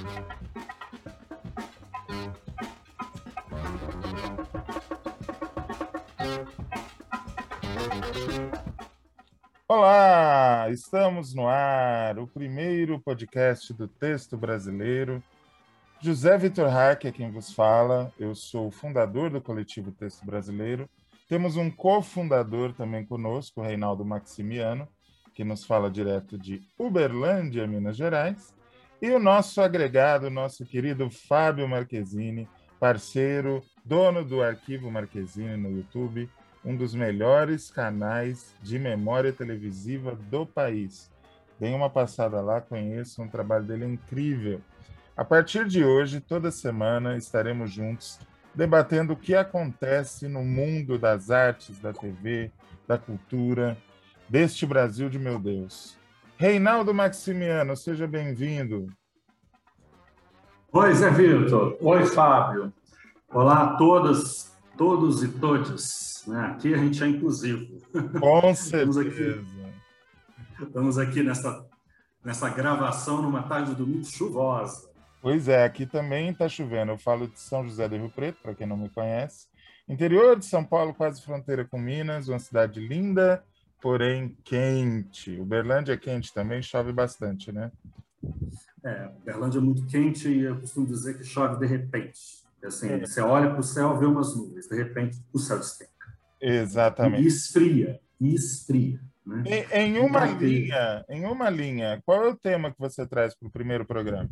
Olá, estamos no ar, o primeiro podcast do texto brasileiro. José Vitor Hack é quem vos fala, eu sou o fundador do coletivo Texto Brasileiro. Temos um cofundador também conosco, o Reinaldo Maximiano, que nos fala direto de Uberlândia, Minas Gerais. E o nosso agregado, nosso querido Fábio Marquezini, parceiro, dono do Arquivo Marquezini no YouTube, um dos melhores canais de memória televisiva do país. Deem uma passada lá, conheçam, o trabalho dele é incrível. A partir de hoje, toda semana, estaremos juntos debatendo o que acontece no mundo das artes, da TV, da cultura, deste Brasil de meu Deus. Reinaldo Maximiano, seja bem-vindo. Oi, Zé Vitor. Oi, Fábio. Olá a todas, todos e todes. Né? Aqui a gente é inclusivo. Com certeza. Estamos aqui nessa gravação numa tarde de domingo chuvosa. Pois é, aqui também está chovendo. Eu falo de São José do Rio Preto, para quem não me conhece. Interior de São Paulo, quase fronteira com Minas, uma cidade linda, porém quente. Uberlândia é quente também, chove bastante, né? Berlândia é muito quente e eu costumo dizer que chove de repente. Assim, você olha para o céu, vê umas nuvens, de repente o céu despenca. Exatamente. E esfria. Né? Em uma linha, qual é o tema que você traz para o primeiro programa?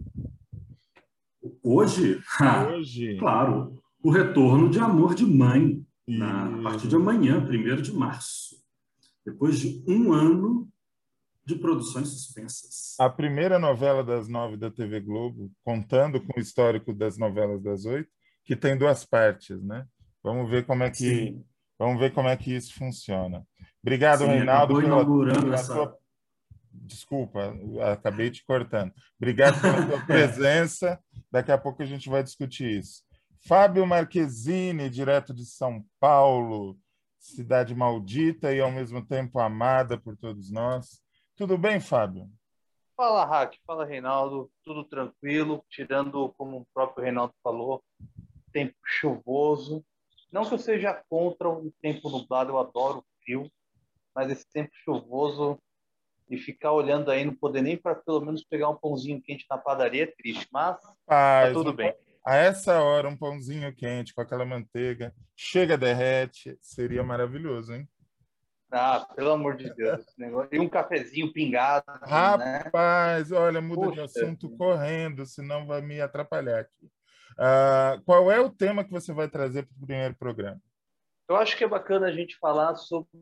Hoje, Hoje. claro, o retorno de Amor de Mãe, a partir de E amanhã, 1º de março. Depois de um ano de produções suspensas. a primeira novela das 9 da TV Globo, contando com o histórico das novelas das 8, que tem duas partes, né? Vamos ver como é que, Sim, vamos ver como é que isso funciona. Obrigado, sim, Reinaldo, acabou inaugurando pela essa... tua... Desculpa, acabei te cortando. Obrigado pela tua presença. Daqui a pouco a gente vai discutir isso. Fábio Marquezini, direto de São Paulo, cidade maldita e ao mesmo tempo amada por todos nós. Tudo bem, Fábio? Fala, Hack, fala, Reinaldo, tudo tranquilo, tirando, como o próprio Reinaldo falou, tempo chuvoso. Não que eu seja contra o tempo nublado, eu adoro o frio, mas esse tempo chuvoso e ficar olhando aí, não poder nem para pelo menos pegar um pãozinho quente na padaria é triste, mas tá Paz, tudo bem. a essa hora, um pãozinho quente com aquela manteiga, chega, derrete, seria maravilhoso, hein? Ah, pelo amor de Deus, esse negócio. E um cafezinho pingado, né? Rapaz, olha, muda de Puxa, assunto correndo, senão vai me atrapalhar aqui. Qual é o tema que você vai trazer para o primeiro programa? eu acho que é bacana a gente falar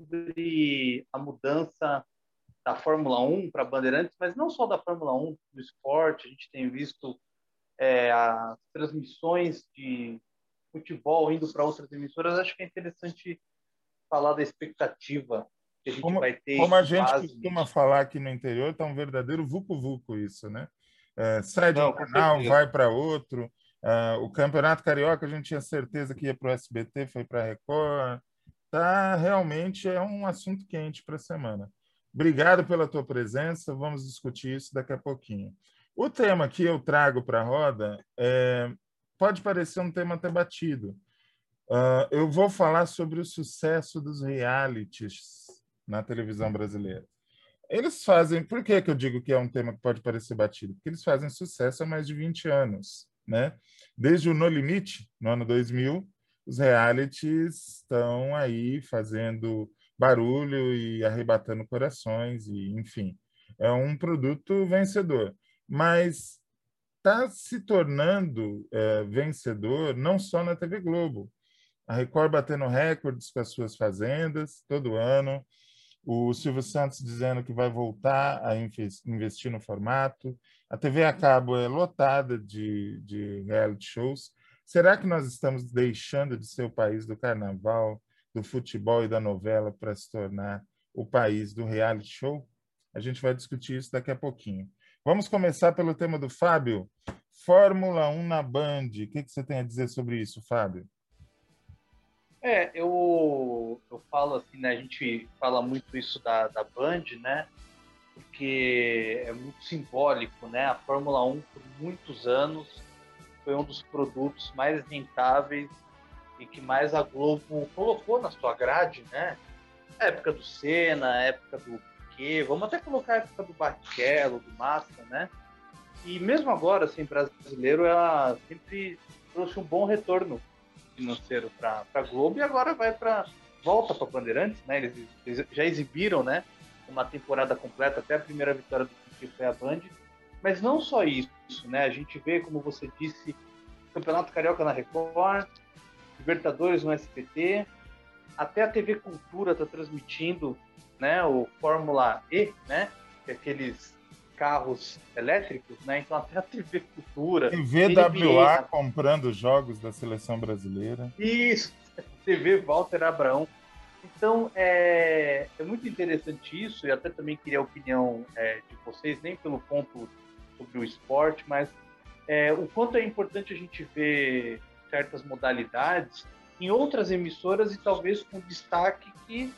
sobre a mudança da Fórmula 1 para Bandeirantes, mas não só da Fórmula 1, do esporte. A gente tem visto as transmissões de futebol indo para outras emissoras. Acho que é interessante falar da expectativa que a gente vai ter Como a em gente base costuma nisso. falar aqui no interior, está um verdadeiro vucu-vucu isso, né? Sai de um Não, com canal, certeza. vai para outro. O Campeonato Carioca, a gente tinha certeza que ia para o SBT, foi para a Record. Realmente é um assunto quente para a semana. Obrigado pela tua presença, vamos discutir isso daqui a pouquinho. O tema que eu trago para a roda pode parecer um tema até batido. Eu vou falar sobre o sucesso dos realities na televisão brasileira. Eles fazem... Por que eu digo que é um tema que pode parecer batido? Porque eles fazem sucesso há mais de 20 anos, né? Desde o No Limite, no ano 2000, os realities estão aí fazendo barulho e arrebatando corações, e enfim, é um produto vencedor. Mas está se tornando vencedor não só na TV Globo. A Record batendo recordes com as suas fazendas todo ano, o Silvio Santos dizendo que vai voltar a investir no formato. A TV a cabo é lotada de reality shows. Será que nós estamos deixando de ser o país do carnaval, do futebol e da novela para se tornar o país do reality show? A gente vai discutir isso daqui a pouquinho. Vamos começar pelo tema do Fábio. Fórmula 1 na Band. O que você tem a dizer sobre isso, Fábio? Eu falo assim, né? A gente fala muito isso da Band, né? porque é muito simbólico, né? A Fórmula 1, por muitos anos, foi um dos produtos mais rentáveis e que mais a Globo colocou na sua grade, né? A época do Senna, a época do Piquet, vamos até colocar a época do Barrichello, do Massa, né? E mesmo agora, assim, brasileiro, ela sempre trouxe um bom retorno financeiro para a Globo e agora volta para Bandeirantes, né? Eles já exibiram, né? Uma temporada completa, até a primeira vitória do Piquet foi a Band. Mas não só isso, né? A gente vê, como você disse, Campeonato Carioca na Record, Libertadores no SBT, até a TV Cultura está transmitindo, né, o Fórmula E, né, que é aqueles carros elétricos, né? Então até a TV Cultura, E VWA comprando jogos da seleção brasileira. Isso, TV Walter Abraão. Então é muito interessante isso, e até também queria a opinião de vocês, nem pelo ponto sobre o esporte, mas o quanto é importante a gente ver certas modalidades em outras emissoras e talvez com destaque que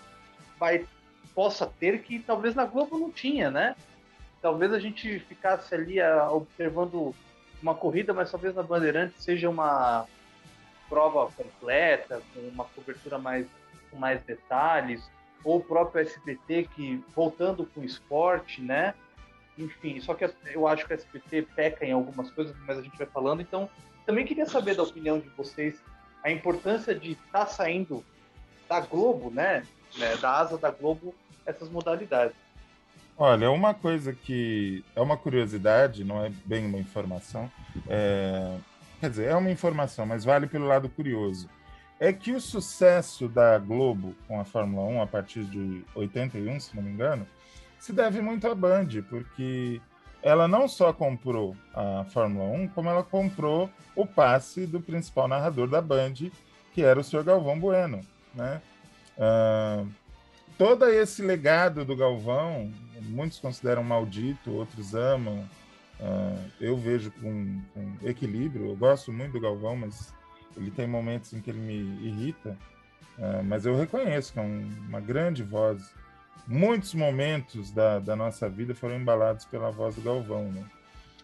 possa ter, que talvez na Globo não tinha, né? Talvez a gente ficasse ali observando uma corrida, mas talvez na Bandeirantes seja uma prova completa, com uma cobertura com mais detalhes, ou o próprio SBT que voltando com o esporte, né? Enfim, só que eu acho que o SBT peca em algumas coisas, mas a gente vai falando. Então, também queria saber da opinião de vocês a importância de estar saindo da Globo, né, da asa da Globo, essas modalidades. Olha, uma coisa que é uma curiosidade, não é bem uma informação, quer dizer, é uma informação, mas vale pelo lado curioso, é que o sucesso da Globo com a Fórmula 1 a partir de 81, se não me engano, se deve muito à Band, porque ela não só comprou a Fórmula 1, como ela comprou o passe do principal narrador da Band, que era o Sr. Galvão Bueno, né? Todo esse legado do Galvão, muitos consideram maldito, outros amam. Eu vejo com equilíbrio. Eu gosto muito do Galvão, mas ele tem momentos em que ele me irrita. Mas eu reconheço que é uma grande voz. Muitos momentos da nossa vida foram embalados pela voz do Galvão, né?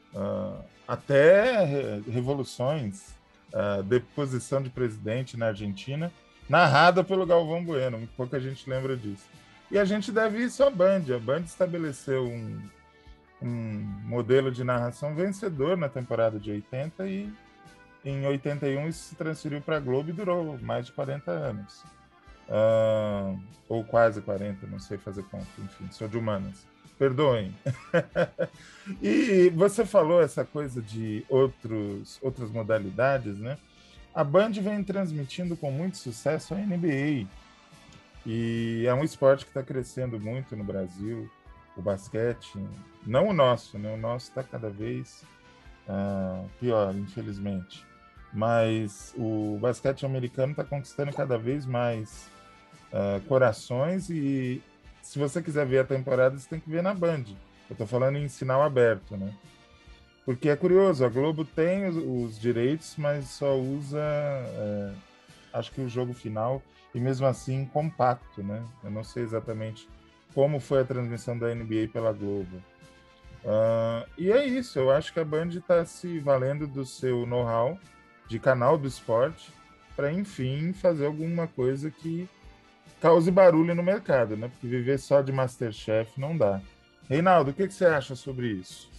Até revoluções, deposição de presidente na Argentina, narrada pelo Galvão Bueno, pouca gente lembra disso. E a gente deve isso à Band. A Band estabeleceu um modelo de narração vencedor na temporada de 80 e em 81 isso se transferiu para a Globo e durou mais de 40 anos. Ou quase 40, não sei fazer conta, enfim, sou de humanas. Perdoem. E você falou essa coisa de outras modalidades, né? A Band vem transmitindo com muito sucesso a NBA. E é um esporte que está crescendo muito no Brasil, o basquete. Não o nosso, né? O nosso está cada vez pior, infelizmente. Mas o basquete americano está conquistando cada vez mais corações, e se você quiser ver a temporada, você tem que ver na Band. Eu estou falando em sinal aberto, né? Porque é curioso, a Globo tem os direitos, mas só usa, acho que o jogo final, e mesmo assim compacto, né? Eu não sei exatamente como foi a transmissão da NBA pela Globo. E é isso, eu acho que a Band está se valendo do seu know-how de canal do esporte para, enfim, fazer alguma coisa que cause barulho no mercado, né? Porque viver só de MasterChef não dá. Reinaldo, o que você acha sobre isso?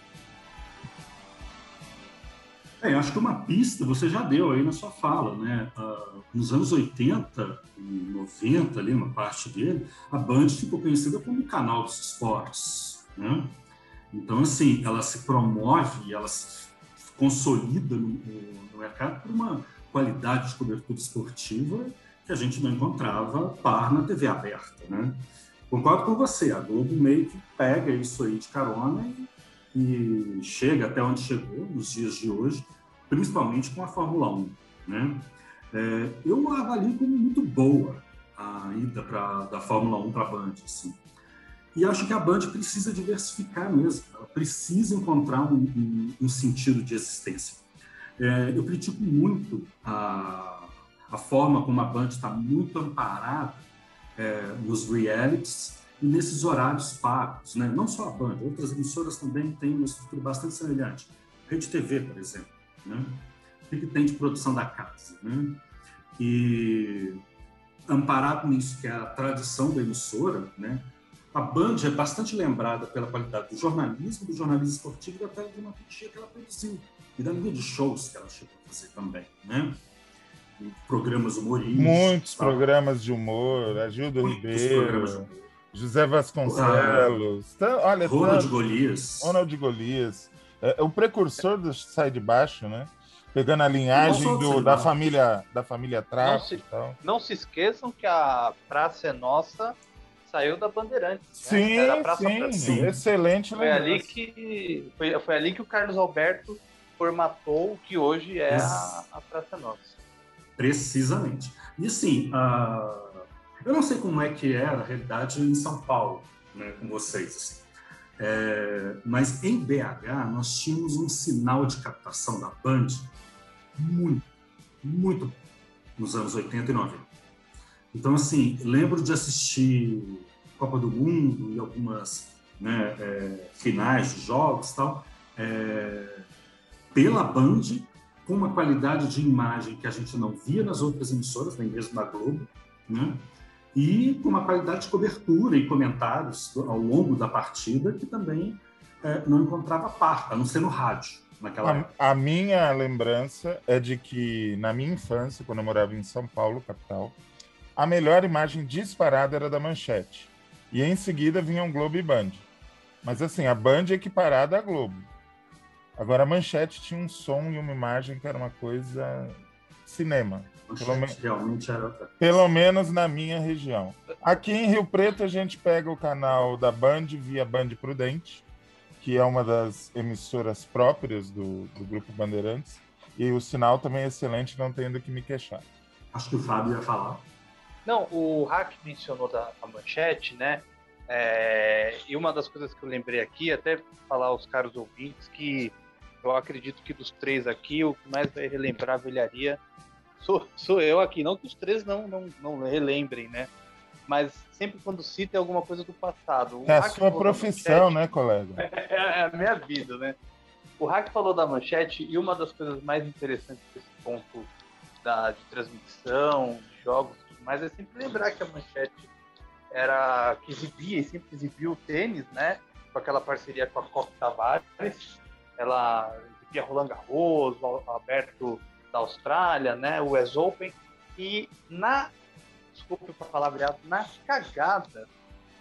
Eu acho que uma pista você já deu aí na sua fala, né? Nos anos 80 e 90, ali, uma parte dele, a Band ficou conhecida como o canal dos esportes, né? Então, assim, ela se promove, ela se consolida no mercado por uma qualidade de cobertura esportiva que a gente não encontrava par na TV aberta, né? Concordo com você, a Globo meio que pega isso aí de carona e chega até onde chegou nos dias de hoje, principalmente com a Fórmula 1, né? Eu avalio como muito boa a ida da Fórmula 1 para a Band, assim. E acho que a Band precisa diversificar mesmo, ela precisa encontrar um sentido de existência. Eu critico muito a forma como a Band está muito amparada nos realities e nesses horários pagos, né? Não só a Band, outras emissoras também têm uma estrutura bastante semelhante. Rede TV, por exemplo, né? O que tem de produção da casa, né? E amparado nisso, que é a tradição da emissora, né? A Band é bastante lembrada pela qualidade do jornalismo esportivo e da teledramaturgia que ela produziu e da linha de shows que ela chegou a fazer também, né? E programas humorísticos. Muitos programas de humor, Agildo Muitos programas de Ribeiro, humor. José Vasconcelos, olha, Ronald Golias. Ronald Golias, o precursor do Sai de Baixo, né? Pegando a E não linhagem só do da cinema. família Trapo e tal. Não se esqueçam que a Praça é Nossa saiu da Bandeirantes, né? Sim, Era a Praça sim, excelente lembrança. Foi ali que o Carlos Alberto formatou o que hoje é a Praça é Nossa. Precisamente. E assim, eu não sei como é que era a realidade em São Paulo, né, com vocês, assim. Mas em BH nós tínhamos um sinal de captação da Band muito, muito bom nos anos 80 e 90. Então, assim, lembro de assistir Copa do Mundo e algumas, né, finais de jogos e tal, pela Band, com uma qualidade de imagem que a gente não via nas outras emissoras, nem mesmo na Globo, né? E com uma qualidade de cobertura e comentários ao longo da partida que também não encontrava par, a não ser no rádio naquela época. A minha lembrança é de que, na minha infância, quando eu morava em São Paulo, capital, a melhor imagem disparada era da Manchete. E em seguida vinham Globo e Band. Mas assim, a Band é equiparada à Globo. Agora, a Manchete tinha um som e uma imagem que era uma coisa cinema. Realmente era... Pelo menos na minha região. Aqui em Rio Preto, a gente pega o canal da Band via Band Prudente, que é uma das emissoras próprias do Grupo Bandeirantes. E o sinal também é excelente, não tenho do que me queixar. Acho que o Fábio ia falar. Não, o Hack mencionou a Manchete, né? E uma das coisas que eu lembrei aqui, até falar aos caros ouvintes, que eu acredito que dos três aqui, o que mais vai relembrar a velharia sou eu aqui. Não que os três não relembrem, né? Mas sempre quando cita é alguma coisa do passado. É a sua profissão, né, colega? É a minha vida, né? O Hack falou da Manchete e uma das coisas mais interessantes desse ponto de transmissão, de jogos, mas é sempre lembrar que a Manchete era que exibia e sempre exibiu o tênis, né? Com aquela parceria com a Coque Tavares. Ela exibia Roland Garros, o Aberto da Austrália, né? O US Open. E desculpe a palavra, na cagada,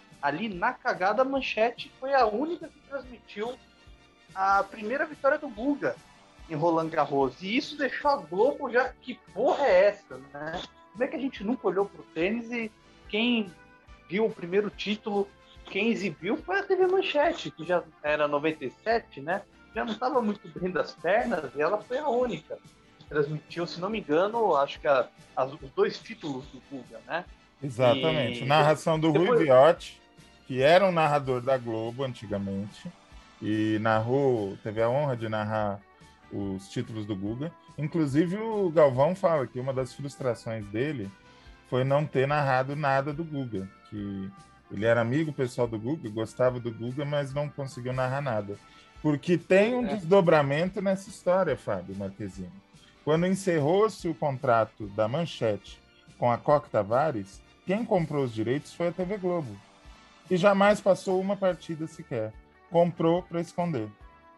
a Manchete foi a única que transmitiu a primeira vitória do Guga em Roland Garros. E isso deixou a Globo já, que porra é essa, né? Como é que a gente nunca olhou pro tênis e quem viu o primeiro título, quem exibiu foi a TV Manchete, que já era 97, né? Já não estava muito bem das pernas e ela foi a única que transmitiu, se não me engano, acho que os dois títulos do Guga, né? Exatamente. Narração do Rui Viotti, que era um narrador da Globo antigamente, e teve a honra de narrar os títulos do Guga. Inclusive, o Galvão fala que uma das frustrações dele foi não ter narrado nada do Guga, que ele era amigo pessoal do Guga, gostava do Guga, mas não conseguiu narrar nada. Porque tem um desdobramento nessa história, Fábio Marquezine. Quando encerrou-se o contrato da Manchete com a Coque Tavares, quem comprou os direitos foi a TV Globo. E jamais passou uma partida sequer. Comprou para esconder.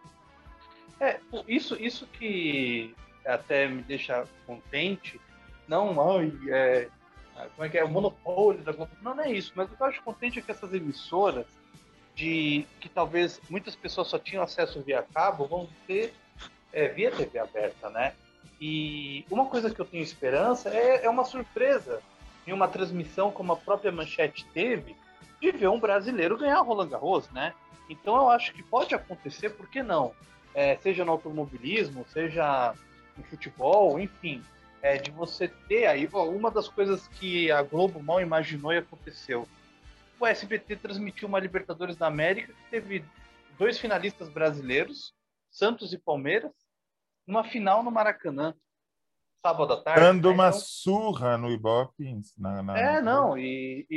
Isso que até me deixa contente. Não, como é que é? O monopólio da Globo. Não é isso. Mas o que eu acho contente é que essas emissoras, que talvez muitas pessoas só tinham acesso via cabo, vão ter via TV aberta, né? E uma coisa que eu tenho esperança é uma surpresa em uma transmissão como a própria Manchete teve, de ver um brasileiro ganhar Roland Garros, né? Então eu acho que pode acontecer, por que não? Seja no automobilismo, seja no futebol, enfim, de você ter aí, uma das coisas que a Globo mal imaginou e aconteceu. O SBT transmitiu uma Libertadores da América que teve 2 finalistas brasileiros, Santos e Palmeiras, numa final no Maracanã, sábado à tarde. Dando uma surra no Ibope. Não, e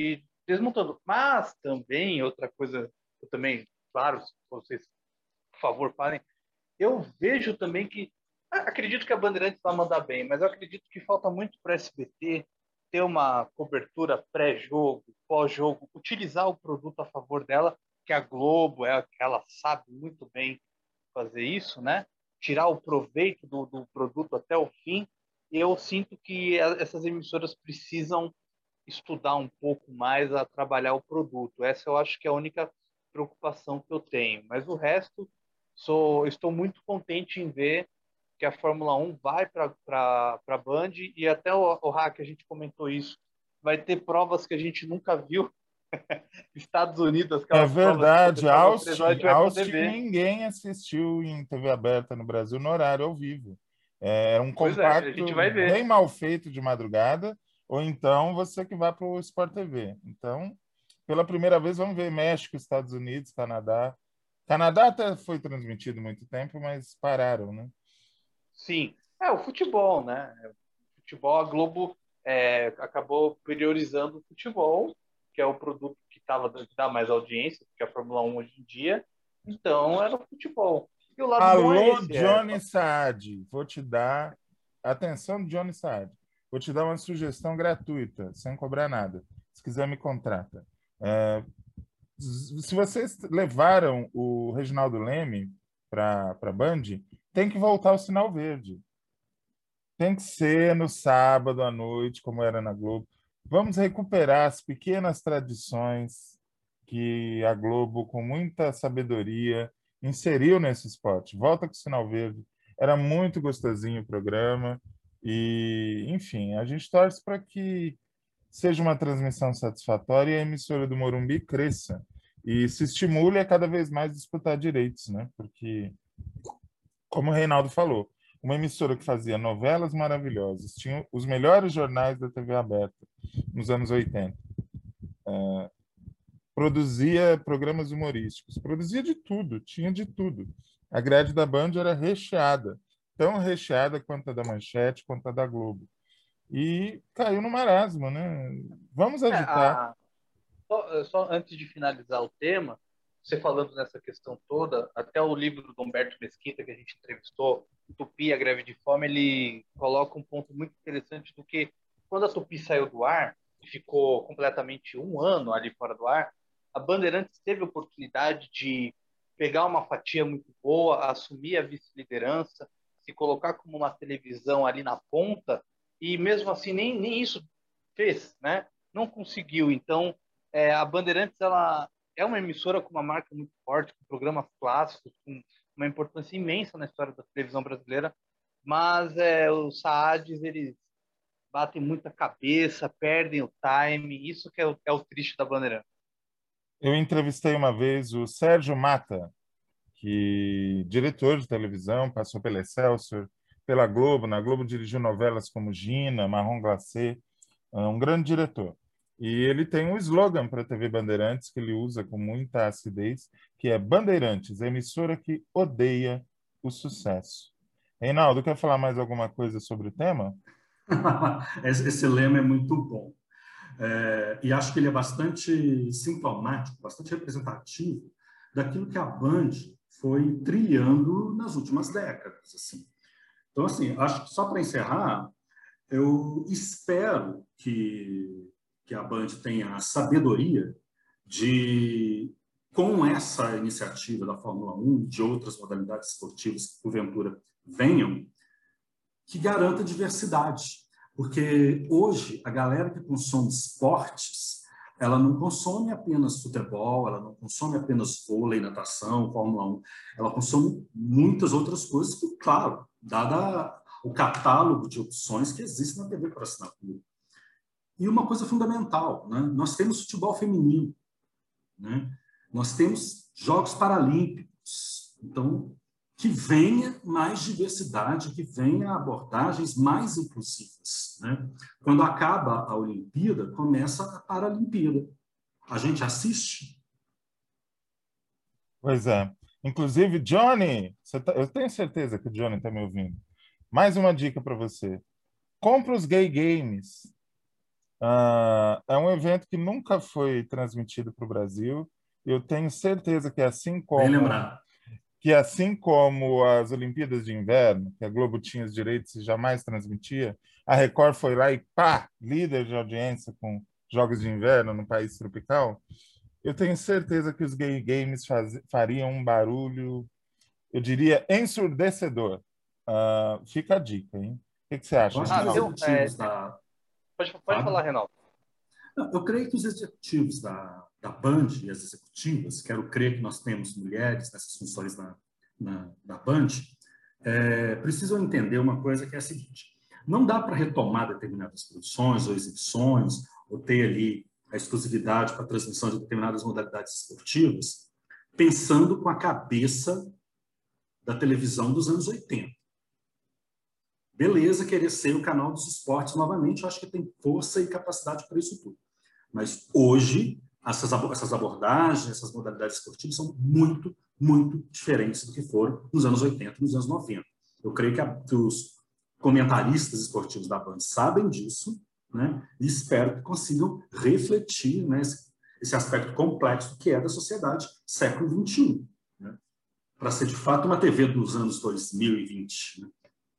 desmontando. Mas também, outra coisa, eu também, claro, se vocês, por favor, falem, eu vejo também que, acredito que a Bandeirantes vai mandar bem, mas eu acredito que falta muito para a SBT ter uma cobertura pré-jogo, pós-jogo, utilizar o produto a favor dela, que a Globo, ela sabe muito bem fazer isso, né? Tirar o proveito do produto até o fim. Eu sinto que essas emissoras precisam estudar um pouco mais a trabalhar o produto. Essa eu acho que é a única preocupação que eu tenho. Mas o resto, estou muito contente em ver que a Fórmula 1 vai para a Band e até o Hack, a gente comentou isso, vai ter provas que a gente nunca viu. Estados Unidos, É aquelas provas que verdade, aconteceram no 3 horas, a gente vai poder Austin ver. ninguém assistiu em TV aberta no Brasil no horário ao vivo. É um Pois é, a gente compacto vai bem ver. mal feito de madrugada, ou então você que vai para o Sport TV. Então, pela primeira vez, vamos ver México, Estados Unidos, Canadá. Canadá até foi transmitido muito tempo, mas pararam, né? Sim, o futebol, né? O futebol, a Globo acabou priorizando o futebol, que é o produto que dá mais audiência, porque a Fórmula 1 hoje em dia, então era o futebol. E o lado bom é Alô, esse, Johnny Saad, vou te dar atenção, Johnny Saad. Vou te dar uma sugestão gratuita, sem cobrar nada. Se quiser, me contrata. É, se vocês levaram o Reginaldo Leme para a Band, tem que voltar ao sinal verde. Tem que ser no sábado à noite, como era na Globo. Vamos recuperar as pequenas tradições que a Globo, com muita sabedoria, inseriu nesse esporte. Volta com o sinal verde. Era muito gostosinho o programa. E, enfim, a gente torce para que seja uma transmissão satisfatória e a emissora do Morumbi cresça e se estimule a cada vez mais disputar direitos, né? Porque, como o Reinaldo falou, uma emissora que fazia novelas maravilhosas, tinha os melhores jornais da TV aberta nos anos 80, produzia programas humorísticos, produzia de tudo, tinha de tudo. A grade da Band era recheada, tão recheada quanto a da Manchete, quanto a da Globo. E caiu no marasmo, né? Vamos é, agitar. a, só antes de finalizar o tema, você falando nessa questão toda, até o livro do Humberto Mesquita, que a gente entrevistou, Tupi, a greve de fome, ele coloca um ponto muito interessante do que quando a Tupi saiu do ar, e ficou completamente um ano ali fora do ar, a Bandeirantes teve a oportunidade de pegar uma fatia muito boa, assumir a vice-liderança, se colocar como uma televisão ali na ponta, e mesmo assim nem isso fez, né? Não conseguiu. Então, a Bandeirantes ela é uma emissora com uma marca muito forte, com programas clássicos, com uma importância imensa na história da televisão brasileira, mas os Saades, eles batem muita cabeça, perdem o time, isso que é o triste da Bandeirantes. Eu entrevistei uma vez o Sérgio Mata, que diretor de televisão, passou pela Excelsior, pela Globo. Na Globo dirigiu novelas como Gina, Marrom Glacé, um grande diretor. E ele tem um slogan para a TV Bandeirantes que ele usa com muita acidez, que é Bandeirantes, a emissora que odeia o sucesso. Reinaldo, quer falar mais alguma coisa sobre o tema? Esse lema é muito bom. E acho que ele é bastante sintomático, bastante representativo daquilo que a Band foi trilhando nas últimas décadas. Assim. Então, assim, acho que só para encerrar, eu espero que a Band tenha a sabedoria de, com essa iniciativa da Fórmula 1, de outras modalidades esportivas que, porventura, venham, que garanta diversidade. Porque hoje, a galera que consome esportes, ela não consome apenas futebol, ela não consome apenas vôlei, natação, Fórmula 1, ela consome muitas outras coisas que, claro, dada o catálogo de opções que existe na TV por assinatura. E uma coisa fundamental, né? Nós temos futebol feminino, né? Nós temos Jogos Paralímpicos. Então, que venha mais diversidade, que venha abordagens mais inclusivas. Né? Quando acaba a Olimpíada, começa a Paralimpíada. A gente assiste? Pois é. Inclusive, Johnny, eu tenho certeza que o Johnny está me ouvindo. Mais uma dica para você. Compre os gay games. É um evento que nunca foi transmitido para o Brasil. Eu tenho certeza que Bem lembrado. assim como as Olimpíadas de Inverno, que a Globo tinha os direitos e jamais transmitia, a Record foi lá e pá, líder de audiência com Jogos de Inverno no país tropical. Eu tenho certeza que os gay games fariam um barulho, eu diria, ensurdecedor. Fica a dica, hein? O que você Eu acha, acho que os Reinaldo? executivos da... Pode falar, Renato. Não, eu creio que os executivos da Band e as executivas, quero crer que nós temos mulheres nessas funções da Band, precisam entender uma coisa que é a seguinte: não dá para retomar determinadas produções ou exibições, ou ter ali a exclusividade para a transmissão de determinadas modalidades esportivas, pensando com a cabeça da televisão dos anos 80. Beleza, querer ser o canal dos esportes novamente, eu acho que tem força e capacidade para isso tudo. Mas hoje, essas abordagens, essas modalidades esportivas são muito, muito diferentes do que foram nos anos 80 e nos anos 90. Eu creio que os comentaristas esportivos da Band sabem disso, né? E espero que consigam refletir, né, esse aspecto complexo que é da sociedade século XXI, né? Para ser, de fato, uma TV dos anos 2020. Né?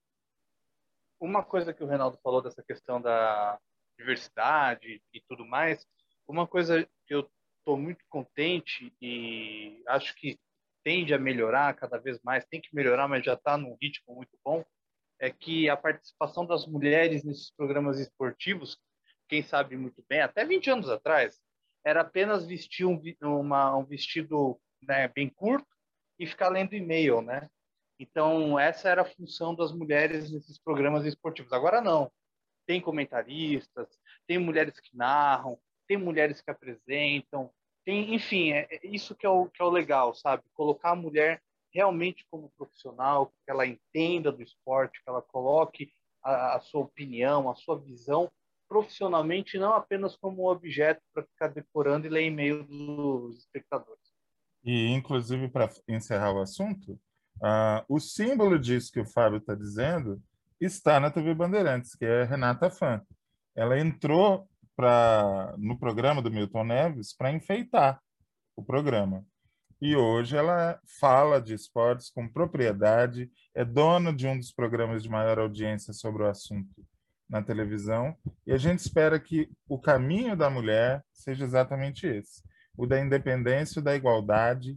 Uma coisa que o Reinaldo falou dessa questão da diversidade e tudo mais, uma coisa que eu estou muito contente e acho que tende a melhorar cada vez mais, tem que melhorar, mas já está num ritmo muito bom, é que a participação das mulheres nesses programas esportivos, quem sabe muito bem, até 20 anos atrás, era apenas vestir um vestido, né, bem curto e ficar lendo e-mail, né? Então, essa era a função das mulheres nesses programas esportivos. Agora não. Tem comentaristas, tem mulheres que narram, tem mulheres que apresentam, enfim, é isso que é o legal, sabe? Colocar a mulher realmente como profissional, que ela entenda do esporte, que ela coloque a sua opinião, a sua visão profissionalmente, não apenas como um objeto para ficar decorando e ler e-mail dos espectadores. E, inclusive, para encerrar o assunto, o símbolo disso que o Fábio está dizendo está na TV Bandeirantes, que é Renata Fã. Ela entrou no programa do Milton Neves para enfeitar o programa. E hoje ela fala de esportes com propriedade, é dona de um dos programas de maior audiência sobre o assunto na televisão, e a gente espera que o caminho da mulher seja exatamente esse, o da independência, o da igualdade,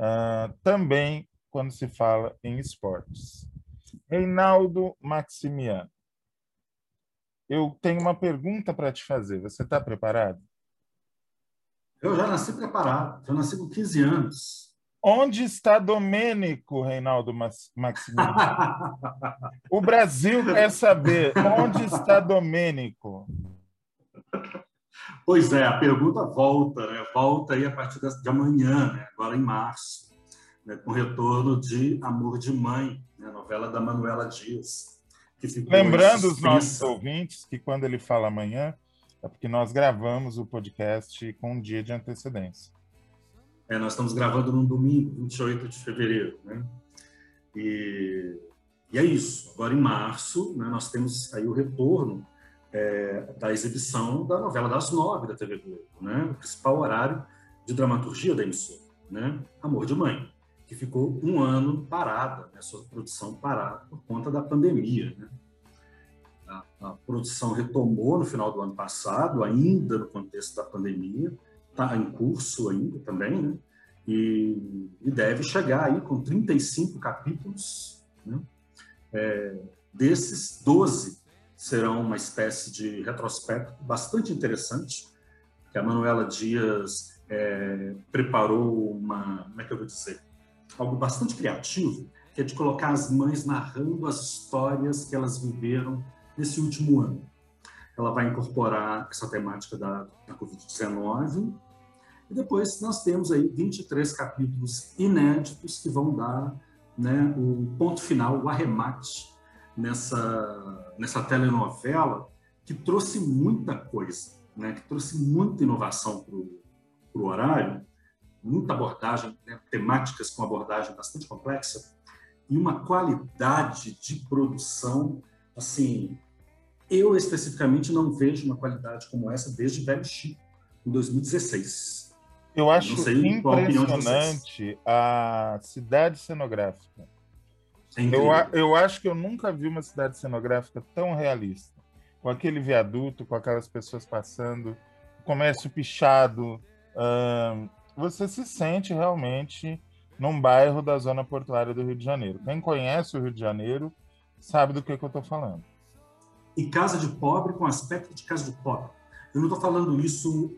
também quando se fala em esportes. Reinaldo Maximiano, eu tenho uma pergunta para te fazer. Você está preparado? Eu já nasci preparado, já nasci com 15 anos. Onde está Domênico, Reinaldo Maximiano? O Brasil quer saber onde está Domênico. Pois é, a pergunta volta, né? Volta aí a partir de amanhã, né? Agora em março, né? Com o retorno de Amor de Mãe, né? Novela da Manuela Dias, que ficou Lembrando os nossos ouvintes que quando ele fala amanhã, é porque nós gravamos o podcast com um dia de antecedência. Nós estamos gravando num domingo, 28 de fevereiro, né? E é isso. Agora, em março, né, nós temos aí o retorno da exibição da novela das 9 da TV Globo, né? O principal horário de dramaturgia da emissora, né? Amor de Mãe, que ficou um ano parada, né? Sua produção parada por conta da pandemia, né? A produção retomou no final do ano passado, ainda no contexto da pandemia, está em curso ainda também, né? E deve chegar aí com 35 capítulos, né? Desses, 12 serão uma espécie de retrospecto bastante interessante, que a Manuela Dias preparou como é que eu vou dizer? Algo bastante criativo, que é de colocar as mães narrando as histórias que elas viveram nesse último ano. Ela vai incorporar essa temática da Covid-19 e depois nós temos aí 23 capítulos inéditos que vão dar, né, o ponto final, o arremate nessa telenovela que trouxe muita coisa, né, que trouxe muita inovação para o horário, muita abordagem, né, temáticas com abordagem bastante complexa e uma qualidade de produção assim Eu, especificamente, não vejo uma qualidade como essa desde Velho Chico, em 2016. Eu Não acho sei qual a opinião de vocês. impressionante a cidade cenográfica. É incrível. Eu acho que eu nunca vi uma cidade cenográfica tão realista. Com aquele viaduto, com aquelas pessoas passando, comércio pichado. Você se sente realmente num bairro da zona portuária do Rio de Janeiro. Quem conhece o Rio de Janeiro sabe do que eu estou falando. E casa de pobre com aspecto de casa de pobre. Eu não estou falando isso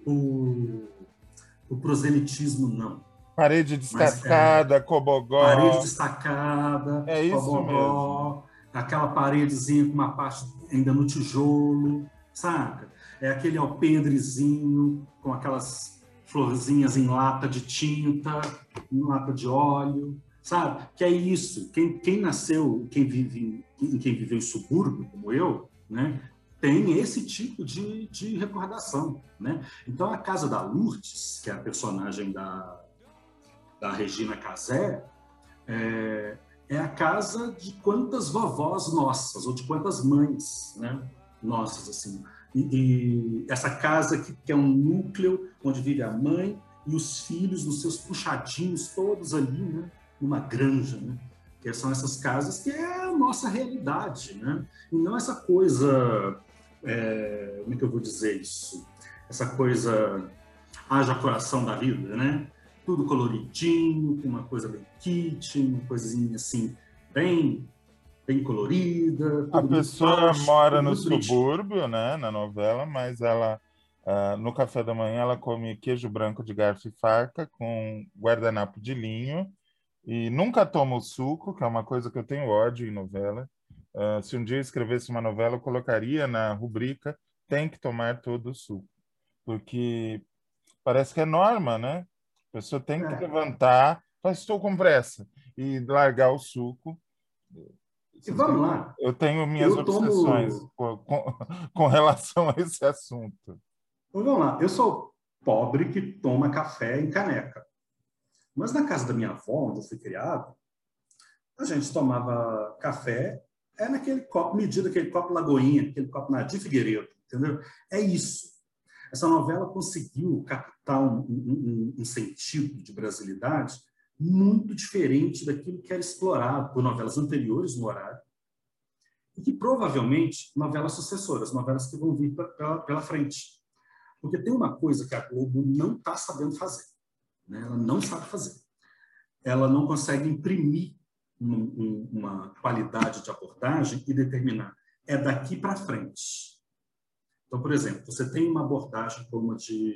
o proselitismo, não. Parede Mas descascada, parede cobogó. destacada, É isso mesmo. cobogó, aquela paredezinha com uma parte ainda no tijolo, saca? É aquele alpendrezinho com aquelas florzinhas em lata de tinta, em lata de óleo, sabe? Que é isso. Quem nasceu, quem viveu em subúrbio, como eu, né? Tem esse tipo de recordação, né? Então, a Casa da Lourdes, que é a personagem da Regina Casé, é a casa de quantas vovós nossas, ou de quantas mães, né, nossas, assim. E essa casa que é um núcleo onde vive a mãe e os filhos nos seus puxadinhos, todos ali, né, numa granja, né? Que são essas casas que é a nossa realidade, né? E não essa coisa, como é que eu vou dizer isso? Essa coisa haja coração da vida, né? Tudo coloridinho, com uma coisa bem kit, uma coisinha assim, bem colorida, A tudo muito pessoa plástico, mora tudo no muito bonitinho. subúrbio, né, na novela, mas ela, no café da manhã, ela come queijo branco de garfo e faca com guardanapo de linho e nunca toma o suco, que é uma coisa que eu tenho ódio em novela. Se um dia eu escrevesse uma novela, eu colocaria na rubrica tem que tomar todo o suco, porque parece que é norma, né? A pessoa tem que É. levantar, faz estou com pressa, e largar o suco. E vamos lá, Eu tenho minhas eu obsessões tomo. com relação a esse assunto. Vamos lá, eu sou pobre que toma café em caneca. Mas na casa da minha avó, onde eu fui criado, a gente tomava café, naquele copo, medido aquele copo Lagoinha, aquele copo Nadir Figueiredo, entendeu? É isso. Essa novela conseguiu captar um sentido de brasilidade muito diferente daquilo que era explorado por novelas anteriores no horário e que provavelmente novelas sucessoras, novelas que vão vir pela frente. Porque tem uma coisa que a Globo não está sabendo fazer, né? Ela não sabe fazer. Ela não consegue imprimir uma qualidade de abordagem e determinar é daqui para frente. Então, por exemplo, você tem uma abordagem como a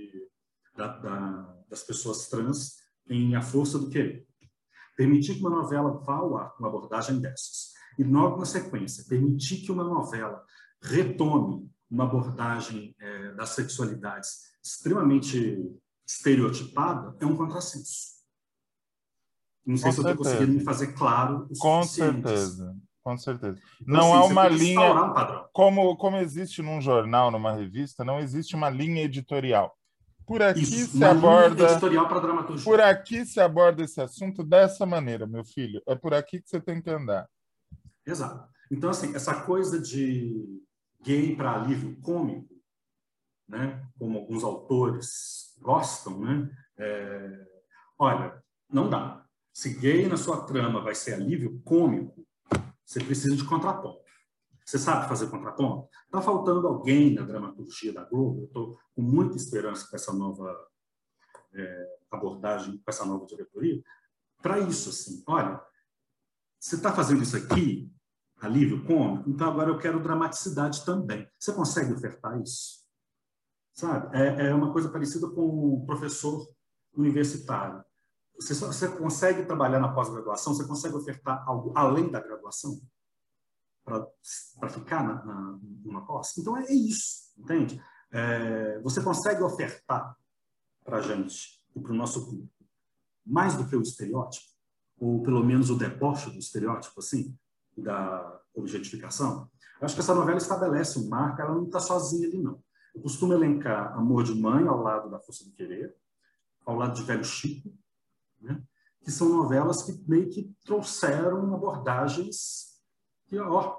das pessoas trans em A Força do Querer. Permitir que uma novela vá ao ar com uma abordagem dessas. E logo na sequência, permitir que uma novela retome uma abordagem das sexualidades extremamente estereotipada é um contrassenso. Não sei Com se eu estou conseguindo me certeza, fazer claro o com suficiente. Assim. certeza, com certeza. Então, Não assim, há você uma tem que linha, instaurar um padrão. como existe num jornal, numa revista, não existe uma linha editorial. Por aqui Isso, se uma linha aborda, editorial para a por dramaturgia. aqui se aborda esse assunto dessa maneira, meu filho. É por aqui que você tem que andar. Exato. Então, assim, essa coisa de gay para alívio cômico, né, como alguns autores gostam, né, olha, não dá. Se gay na sua trama vai ser alívio cômico, você precisa de contraponto. Você sabe fazer contraponto? Está faltando alguém na dramaturgia da Globo. Eu estou com muita esperança com essa nova abordagem, com essa nova diretoria, para isso, assim, olha, você está fazendo isso aqui, alívio cômico, então agora eu quero dramaticidade também. Você consegue ofertar isso? Sabe? É uma coisa parecida com um professor universitário. Você consegue trabalhar na pós-graduação? Você consegue ofertar algo além da graduação para ficar numa pós? Então é isso, entende? Você consegue ofertar para a gente e para o nosso público mais do que o estereótipo, ou pelo menos o deboche do estereótipo, assim, da objetificação? Eu acho que essa novela estabelece um marco, ela não está sozinha ali, não. Eu costumo elencar Amor de Mãe ao lado da Força do Querer, ao lado de Velho Chico, né? Que são novelas que meio que trouxeram abordagens que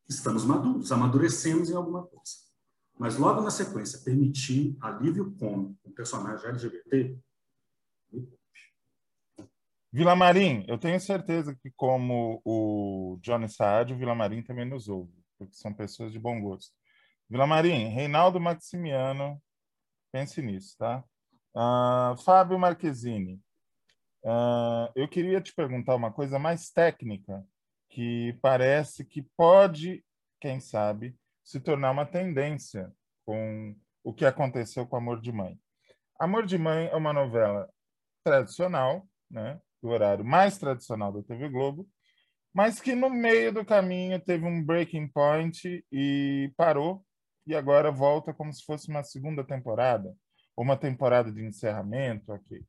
estamos maduros, amadurecemos em alguma coisa. Mas logo na sequência, permitir alívio cômico com um personagem LGBT. Vilamarim, eu tenho certeza que, como o Johnny Saad, o Vilamarim também nos ouve, porque são pessoas de bom gosto. Vilamarim, Reinaldo Maximiano, pense nisso, tá? Fábio Marquezine, eu queria te perguntar uma coisa mais técnica, que parece que pode, quem sabe, se tornar uma tendência com o que aconteceu com Amor de Mãe. Amor de Mãe é uma novela tradicional, né, do horário mais tradicional da TV Globo, mas que no meio do caminho teve um breaking point e parou, e agora volta como se fosse uma segunda temporada, ou uma temporada de encerramento, ok.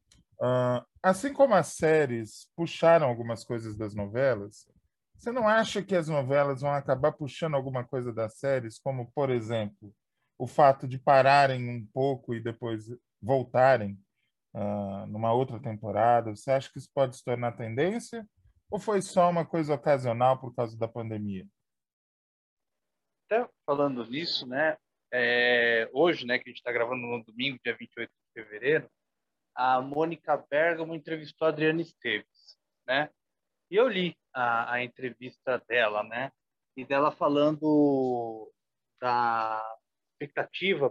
Assim como as séries puxaram algumas coisas das novelas, você não acha que as novelas vão acabar puxando alguma coisa das séries, como, por exemplo, o fato de pararem um pouco e depois voltarem numa outra temporada? Você acha que isso pode se tornar tendência? Ou foi só uma coisa ocasional por causa da pandemia? Até falando nisso, né? Hoje, né, que a gente está gravando no domingo, dia 28 de fevereiro, a Mônica Bergamo entrevistou a Adriana Esteves, né? E eu li a entrevista dela, né? E dela falando da expectativa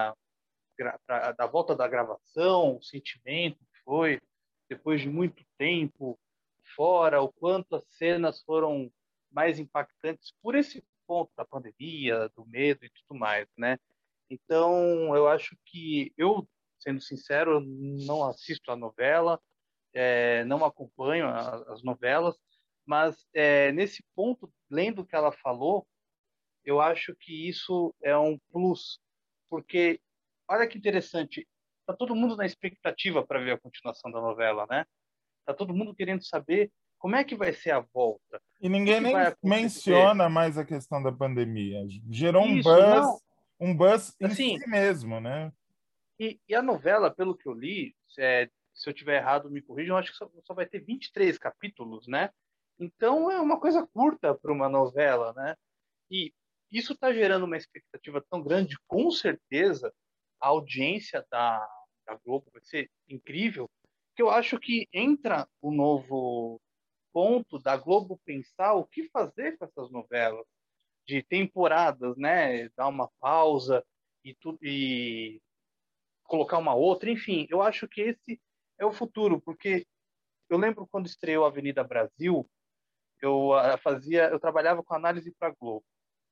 da volta da gravação, o sentimento que foi, depois de muito tempo fora, o quanto as cenas foram mais impactantes por esse ponto da pandemia, do medo e tudo mais, né? Então, eu acho que eu, sendo sincero, eu não assisto a novela, não acompanho as novelas, mas nesse ponto, lendo o que ela falou, eu acho que isso é um plus, porque olha que interessante, tá todo mundo na expectativa para ver a continuação da novela, né? Tá todo mundo querendo saber como é que vai ser a volta, E o que ninguém que nem vai acontecer. menciona mais a questão da pandemia. Gerou Isso, não, um buzz em assim, si mesmo, né? e a novela, pelo que eu li, se eu tiver errado, me corrijam, eu acho que só vai ter 23 capítulos, né? Então é uma coisa curta para uma novela, né? E isso está gerando uma expectativa tão grande, com certeza a audiência da Globo vai ser incrível, que eu acho que entra o novo ponto da Globo pensar o que fazer com essas novelas de temporadas, né? Dar uma pausa e colocar uma outra, enfim, eu acho que esse é o futuro, porque eu lembro quando estreou a Avenida Brasil, eu trabalhava com análise para Globo.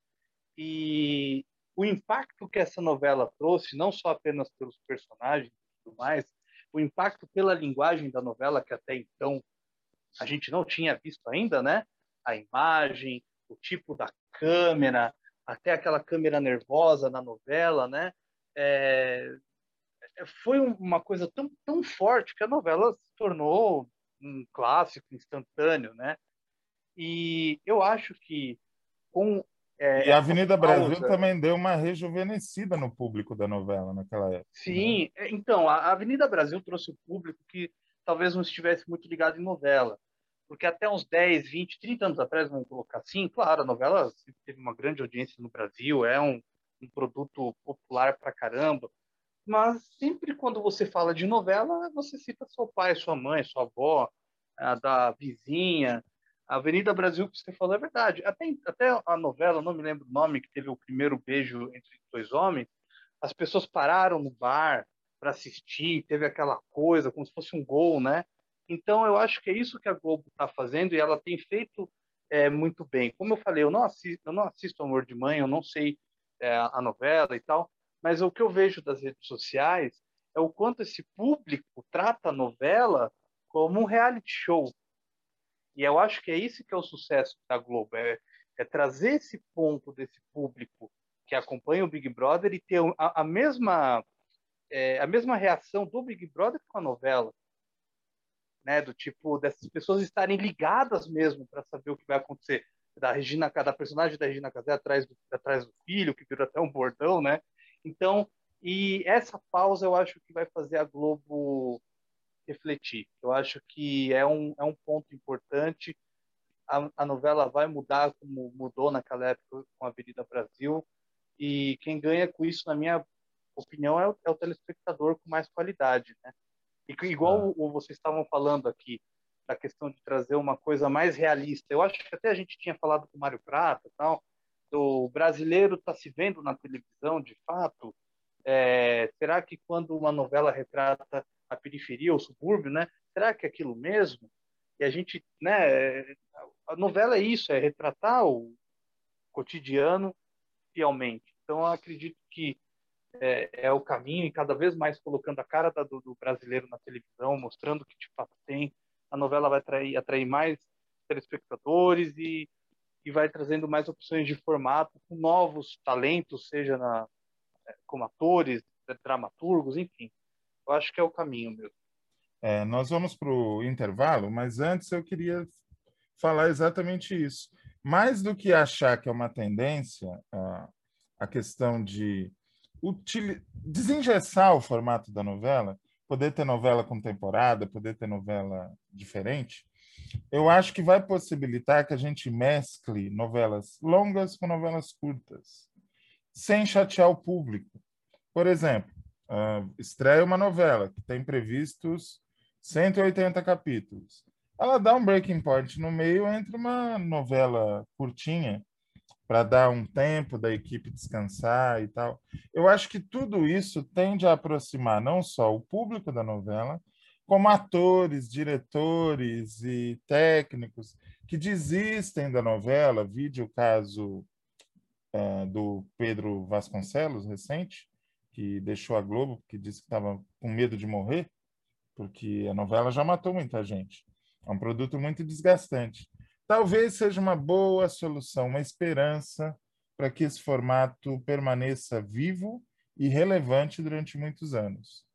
E o impacto que essa novela trouxe, não só apenas pelos personagens e tudo mais, o impacto pela linguagem da novela, que até então a gente não tinha visto ainda, né? A imagem, o tipo da câmera, até aquela câmera nervosa na novela, né? É, foi uma coisa tão forte que a novela se tornou um clássico instantâneo, né? E eu acho que com E a essa Avenida Brasil pausa. também deu uma rejuvenescida no público da novela naquela época, né? Sim, então, a Avenida Brasil trouxe o público que talvez não estivesse muito ligado em novela, porque até uns 10, 20, 30 anos atrás, vamos colocar assim, claro, a novela sempre teve uma grande audiência no Brasil, é um produto popular pra caramba, mas sempre quando você fala de novela, você cita seu pai, sua mãe, sua avó, a da vizinha. A Avenida Brasil, que você falou, é verdade. Até a novela, não me lembro o nome, que teve o primeiro beijo entre dois homens, as pessoas pararam no bar para assistir, teve aquela coisa, como se fosse um gol, né? Então, eu acho que é isso que a Globo está fazendo e ela tem feito muito bem. Como eu falei, eu não assisto Amor de Mãe, eu não sei a novela e tal, mas o que eu vejo das redes sociais é o quanto esse público trata a novela como um reality show. E eu acho que é isso que é o sucesso da Globo, é trazer esse ponto desse público que acompanha o Big Brother e ter a mesma reação do Big Brother com a novela, né? Do tipo dessas pessoas estarem ligadas mesmo para saber o que vai acontecer. Da personagem da Regina Casé atrás do filho, que virou até um bordão, né? Então, e essa pausa eu acho que vai fazer a Globo refletir. Eu acho que é um ponto importante. a novela vai mudar como mudou naquela época com a Avenida Brasil, e quem ganha com isso, na minha opinião, é o telespectador com mais qualidade, né? E igual vocês estavam falando aqui, da questão de trazer uma coisa mais realista. Eu acho que até a gente tinha falado com o Mário Prata, tal, o brasileiro está se vendo na televisão, de fato. Será que quando uma novela retrata a periferia, o subúrbio, né? Será que é aquilo mesmo? E a gente, né? A novela é isso, é retratar o cotidiano fielmente. Então, eu acredito que é o caminho, e cada vez mais colocando a cara do brasileiro na televisão, mostrando que de fato tem. A novela vai atrair mais telespectadores e vai trazendo mais opções de formato, com novos talentos, seja como atores, dramaturgos, enfim. Eu acho que é o caminho mesmo. Nós vamos para o intervalo, mas antes eu queria falar exatamente isso. Mais do que achar que é uma tendência, a questão de desengessar o formato da novela, poder ter novela com temporada, poder ter novela diferente, eu acho que vai possibilitar que a gente mescle novelas longas com novelas curtas, sem chatear o público. Por exemplo, estreia uma novela que tem previstos 180 capítulos. Ela dá um breaking point no meio entre uma novela curtinha, para dar um tempo da equipe descansar e tal. Eu acho que tudo isso tende a aproximar não só o público da novela, como atores, diretores e técnicos que desistem da novela. Vide o caso do Pedro Vasconcelos, recente, que deixou a Globo porque disse que estava com medo de morrer, porque a novela já matou muita gente. É um produto muito desgastante. Talvez seja uma boa solução, uma esperança para que esse formato permaneça vivo e relevante durante muitos anos.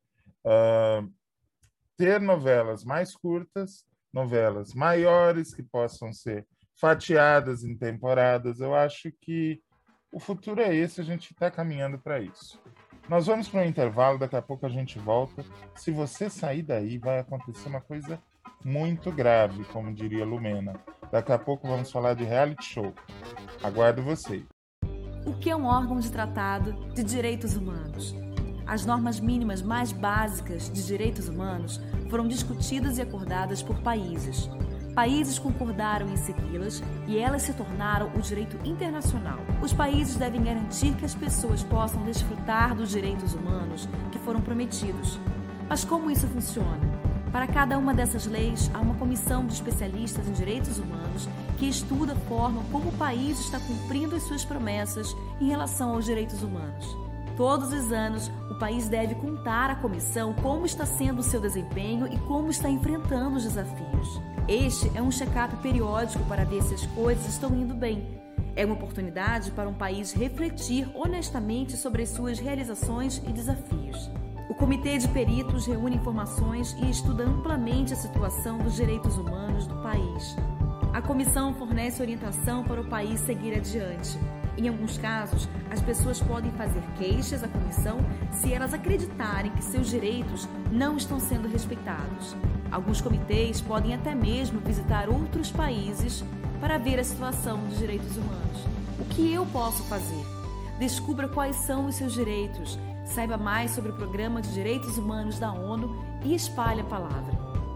Ter novelas mais curtas, novelas maiores que possam ser fatiadas em temporadas, eu acho que o futuro é esse, a gente está caminhando para isso. Nós vamos para um intervalo, daqui a pouco a gente volta. Se você sair daí, vai acontecer uma coisa muito grave, como diria Lumena. Daqui a pouco vamos falar de reality show. Aguardo vocês. O que é um órgão de tratado de direitos humanos? As normas mínimas mais básicas de direitos humanos foram discutidas e acordadas por países. Países concordaram em segui-las e elas se tornaram o direito internacional. Os países devem garantir que as pessoas possam desfrutar dos direitos humanos que foram prometidos. Mas como isso funciona? Para cada uma dessas leis, há uma comissão de especialistas em direitos humanos que estuda a forma como o país está cumprindo as suas promessas em relação aos direitos humanos. Todos os anos, o país deve contar à comissão como está sendo o seu desempenho e como está enfrentando os desafios. Este é um check-up periódico para ver se as coisas estão indo bem. É uma oportunidade para um país refletir honestamente sobre as suas realizações e desafios. O Comitê de Peritos reúne informações e estuda amplamente a situação dos direitos humanos do país. A comissão fornece orientação para o país seguir adiante. Em alguns casos, as pessoas podem fazer queixas à comissão se elas acreditarem que seus direitos não estão sendo respeitados. Alguns comitês podem até mesmo visitar outros países para ver a situação dos direitos humanos. O que eu posso fazer? Descubra quais são os seus direitos, saiba mais sobre o Programa de Direitos Humanos da ONU e espalhe a palavra.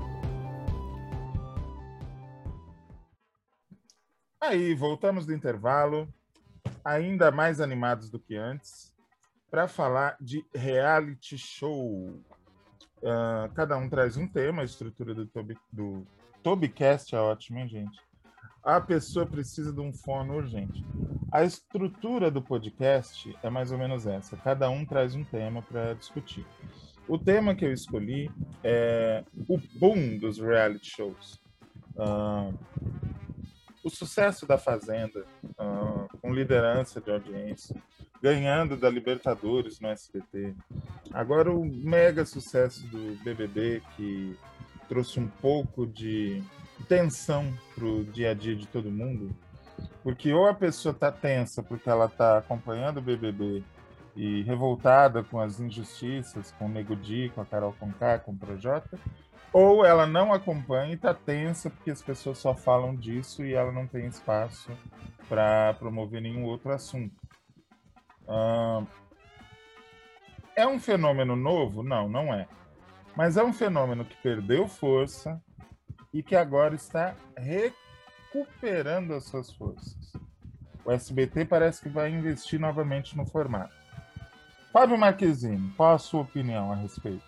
Aí, voltamos do intervalo, ainda mais animados do que antes, para falar de reality show. Cada um traz um tema, a estrutura do Tobicast é ótima, hein, gente? A pessoa precisa de um fono urgente. A estrutura do podcast é mais ou menos essa. Cada um traz um tema para discutir. O tema que eu escolhi é o boom dos reality shows. O sucesso da Fazenda, com liderança de audiência, ganhando da Libertadores no SBT. Agora o mega sucesso do BBB, que trouxe um pouco de tensão para o dia a dia de todo mundo, porque ou a pessoa está tensa porque ela está acompanhando o BBB e revoltada com as injustiças, com o Nego Di, com a Carol Conká, com o Projota, ou ela não acompanha e está tensa porque as pessoas só falam disso e ela não tem espaço para promover nenhum outro assunto. É um fenômeno novo? Não, não é. Mas é um fenômeno que perdeu força e que agora está recuperando as suas forças. O SBT parece que vai investir novamente no formato. Fábio Marquezine, qual a sua opinião a respeito?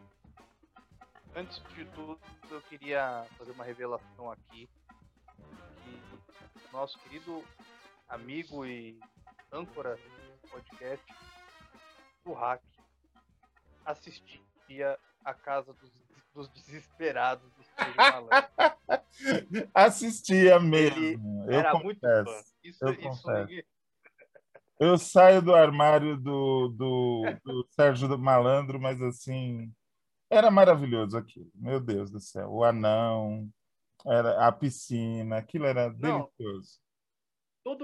Antes de tudo, eu queria fazer uma revelação aqui, que nosso querido amigo e âncora do podcast, o Hack, assistia a Casa dos Desesperados do Sérgio Malandro. Assistia Ele mesmo, eu era muito fã. confesso. Isso confesso. ninguém... Eu saio do armário do Sérgio Malandro, mas assim, era maravilhoso aquilo. Meu Deus do céu. O anão, era a piscina, aquilo era Não, delicioso. todo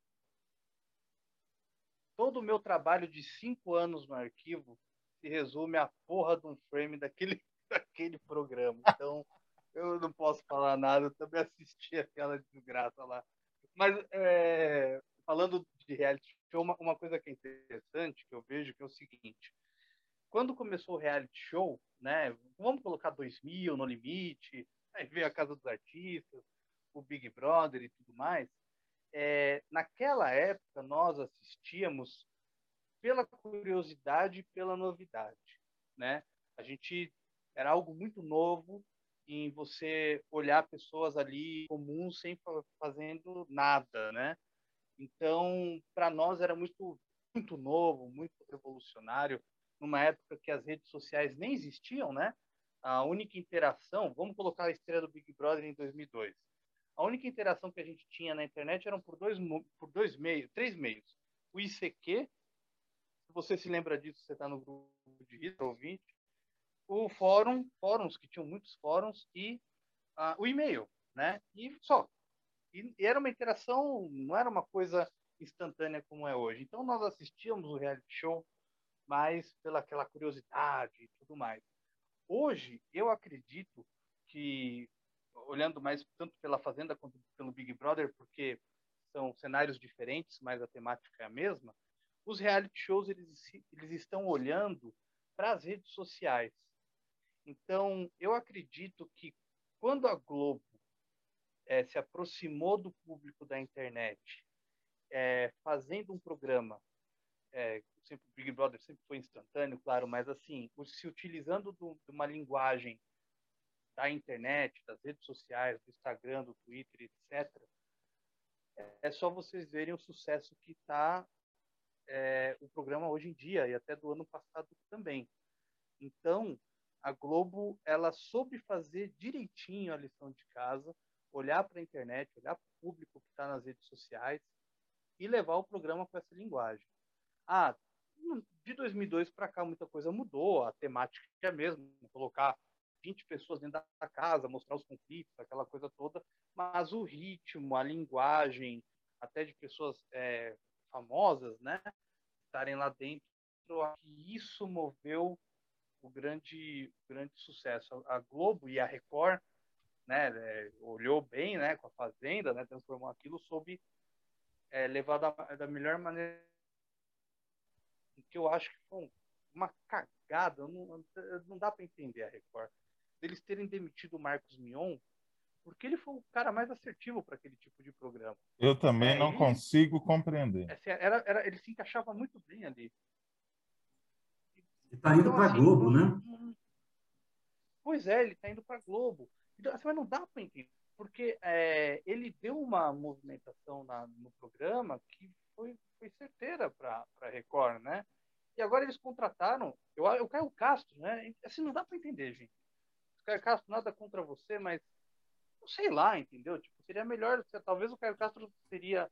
o meu trabalho de 5 anos no arquivo se resume à porra de um frame daquele, daquele programa. Então, eu não posso falar nada, eu também assisti aquela desgraça lá. Mas, falando de reality show, uma coisa que é interessante, que eu vejo, que é o seguinte. Quando começou o reality show, né, vamos colocar 2000, No Limite, aí veio a Casa dos Artistas, o Big Brother e tudo mais, naquela época nós assistíamos pela curiosidade e pela novidade, né? A gente era algo muito novo em você olhar pessoas ali comuns sem fazendo nada, né? Então, para nós era muito novo, muito revolucionário, numa época que as redes sociais nem existiam, né? A única interação, vamos colocar a estreia do Big Brother em 2002. A única interação que a gente tinha na internet eram por dois meios, três meios. O ICQ, se você se lembra disso, você está no grupo de risco, ouvinte. O fóruns, que tinham muitos fóruns, e o e-mail, né? E só. E era uma interação, não era uma coisa instantânea como é hoje. Então nós assistíamos o reality show mais pela aquela curiosidade e tudo mais. Hoje, eu acredito que, olhando mais tanto pela Fazenda quanto pelo Big Brother, porque são cenários diferentes, mas a temática é a mesma, os reality shows eles estão olhando para as redes sociais. Então, eu acredito que quando a Globo se aproximou do público da internet, fazendo um programa, sempre o Big Brother sempre foi instantâneo, claro, mas assim, se utilizando de uma linguagem da internet, das redes sociais, do Instagram, do Twitter, etc., é só vocês verem o sucesso que está o programa hoje em dia, e até do ano passado também. Então, a Globo, ela soube fazer direitinho a lição de casa, olhar para a internet, olhar para o público que está nas redes sociais e levar o programa com essa linguagem. De 2002 para cá muita coisa mudou, a temática é a mesma, colocar 20 pessoas dentro da casa, mostrar os conflitos, aquela coisa toda, mas o ritmo, a linguagem, até de pessoas famosas, né, estarem lá dentro, isso moveu o grande sucesso. A Globo e a Record, né, olhou bem, né, com a Fazenda, né, transformou aquilo sob levar da melhor maneira, que eu acho que foi uma cagada, não dá para entender a Record. Eles terem demitido o Marcos Mion, porque ele foi o cara mais assertivo para aquele tipo de programa. Eu também não consigo compreender. Ele se encaixava muito bem ali. Ele está indo para a Globo, né? Pois é, ele está indo para a Globo. Então, assim, mas não dá para entender, porque ele deu uma movimentação no programa que foi certeira para a Record, né? E agora eles contrataram o Caio Castro, né? Assim, não dá para entender, gente. O Caio Castro, nada contra você, mas não sei lá, entendeu? Tipo, seria melhor, talvez o Caio Castro seria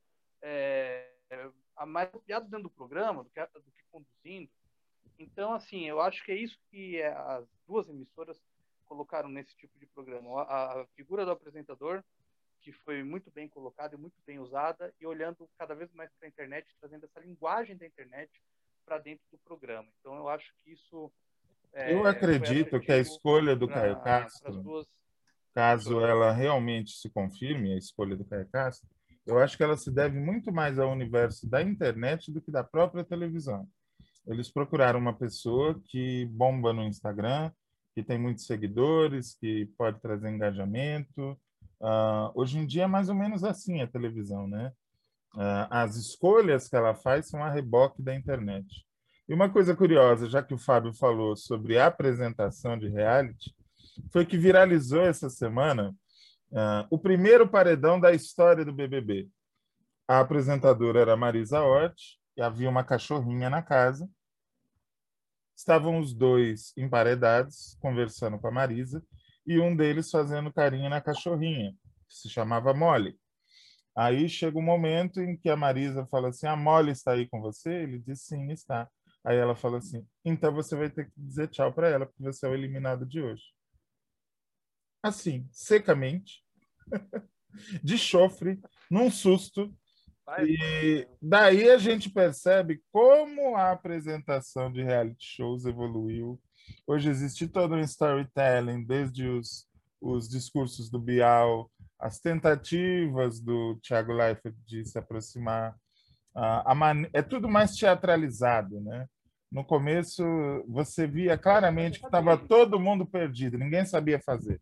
a mais apropriado dentro do programa do que conduzindo. Então, assim, eu acho que é isso que as duas emissoras colocaram nesse tipo de programa. A figura do apresentador, que foi muito bem colocada e muito bem usada, e olhando cada vez mais para a internet, trazendo essa linguagem da internet para dentro do programa. Então, eu acho que isso Eu acredito que a escolha do Caio Castro, caso ela realmente se confirme, a escolha do Caio Castro, eu acho que ela se deve muito mais ao universo da internet do que da própria televisão. Eles procuraram uma pessoa que bomba no Instagram, que tem muitos seguidores, que pode trazer engajamento. Hoje em dia é mais ou menos assim a televisão, né? As escolhas que ela faz são a reboque da internet. E uma coisa curiosa, já que o Fábio falou sobre a apresentação de reality, foi que viralizou essa semana o primeiro paredão da história do BBB. A apresentadora era Marisa Hort e havia uma cachorrinha na casa. Estavam os dois emparedados, conversando com a Marisa, e um deles fazendo carinho na cachorrinha, que se chamava Molly. Aí chega um momento em que a Marisa fala assim, a Molly está aí com você? Ele diz, sim, está. Aí ela fala assim, então você vai ter que dizer tchau para ela, porque você é o eliminado de hoje. Assim, secamente, de chofre, num susto. E daí a gente percebe como a apresentação de reality shows evoluiu. Hoje existe todo um storytelling, desde os discursos do Bial, as tentativas do Thiago Leifert de se aproximar. É tudo mais teatralizado, né? No começo, você via claramente que estava todo mundo perdido, ninguém sabia fazer.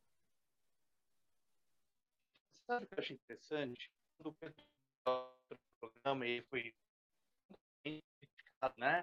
Sabe o que eu achei interessante? Do programa, ele foi criticado, né?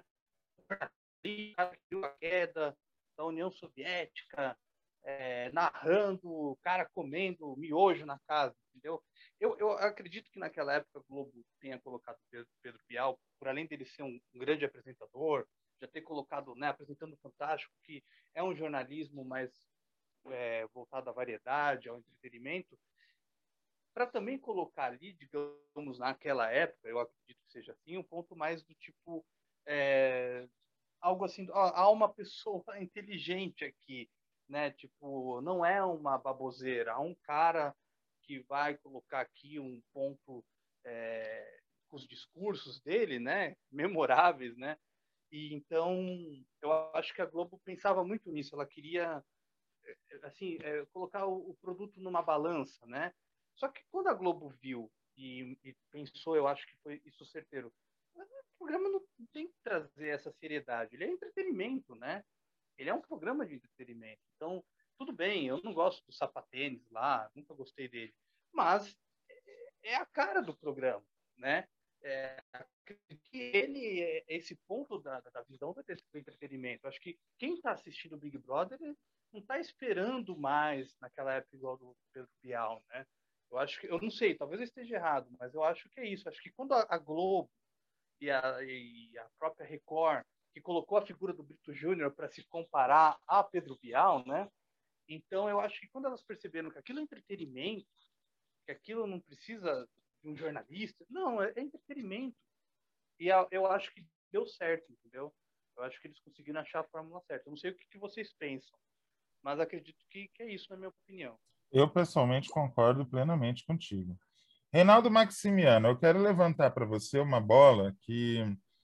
A queda da União Soviética, narrando o cara comendo miojo na casa, entendeu? Eu acredito que naquela época o Globo tenha colocado Pedro Bial, por além dele ser um grande apresentador, já ter colocado, né, apresentando o Fantástico, que é um jornalismo mais voltado à variedade, ao entretenimento, para também colocar ali, digamos, naquela época, eu acredito que seja assim, um ponto mais do tipo, algo assim, há uma pessoa inteligente aqui, né? Tipo, não é uma baboseira, há um cara que vai colocar aqui um ponto com os discursos dele, né? Memoráveis, né? E então, eu acho que a Globo pensava muito nisso, ela queria, assim, colocar o produto numa balança, né? Só que quando a Globo viu e pensou, eu acho que foi isso certeiro, o programa não tem que trazer essa seriedade, ele é entretenimento, né? Ele é um programa de entretenimento. Então, tudo bem, eu não gosto do sapatênis lá, nunca gostei dele, mas é a cara do programa, né? Que ele, esse ponto da visão do entretenimento. Acho que quem está assistindo o Big Brother não está esperando mais naquela época igual do Pedro Bial, né? Eu acho que, eu não sei, talvez eu esteja errado, mas eu acho que é isso. Acho que quando a Globo e a própria Record, que colocou a figura do Brito Júnior para se comparar a Pedro Bial, né? Então eu acho que quando elas perceberam que aquilo é entretenimento, que aquilo não precisa de um jornalista, não, é entretenimento. E eu acho que deu certo, entendeu? Eu acho que eles conseguiram achar a fórmula certa. Eu não sei o que vocês pensam, mas acredito que é isso, na minha opinião. Eu, pessoalmente, concordo plenamente contigo. Reinaldo Maximiano, eu quero levantar para você uma bola que,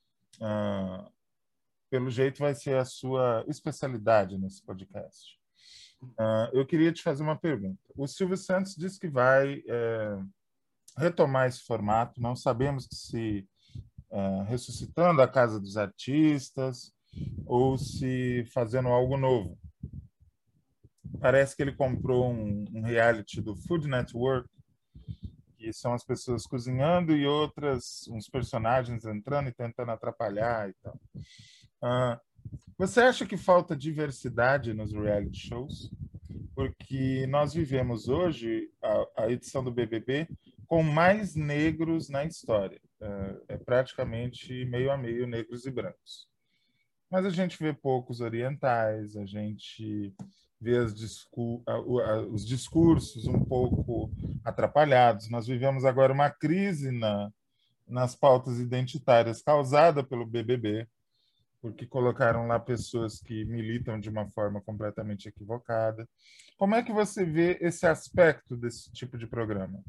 pelo jeito, vai ser a sua especialidade nesse podcast. Eu queria te fazer uma pergunta. O Silvio Santos disse que vai retomar esse formato, não sabemos se ressuscitando a Casa dos Artistas ou se fazendo algo novo. Parece que ele comprou um reality do Food Network, que são as pessoas cozinhando e uns personagens entrando e tentando atrapalhar e tal. Você acha que falta diversidade nos reality shows? Porque nós vivemos hoje a edição do BBB com mais negros na história. É praticamente meio a meio negros e brancos. Mas a gente vê poucos orientais, a gente vê os discursos um pouco atrapalhados. Nós vivemos agora uma crise nas pautas identitárias causada pelo BBB, porque colocaram lá pessoas que militam de uma forma completamente equivocada. Como é que você vê esse aspecto desse tipo de programa?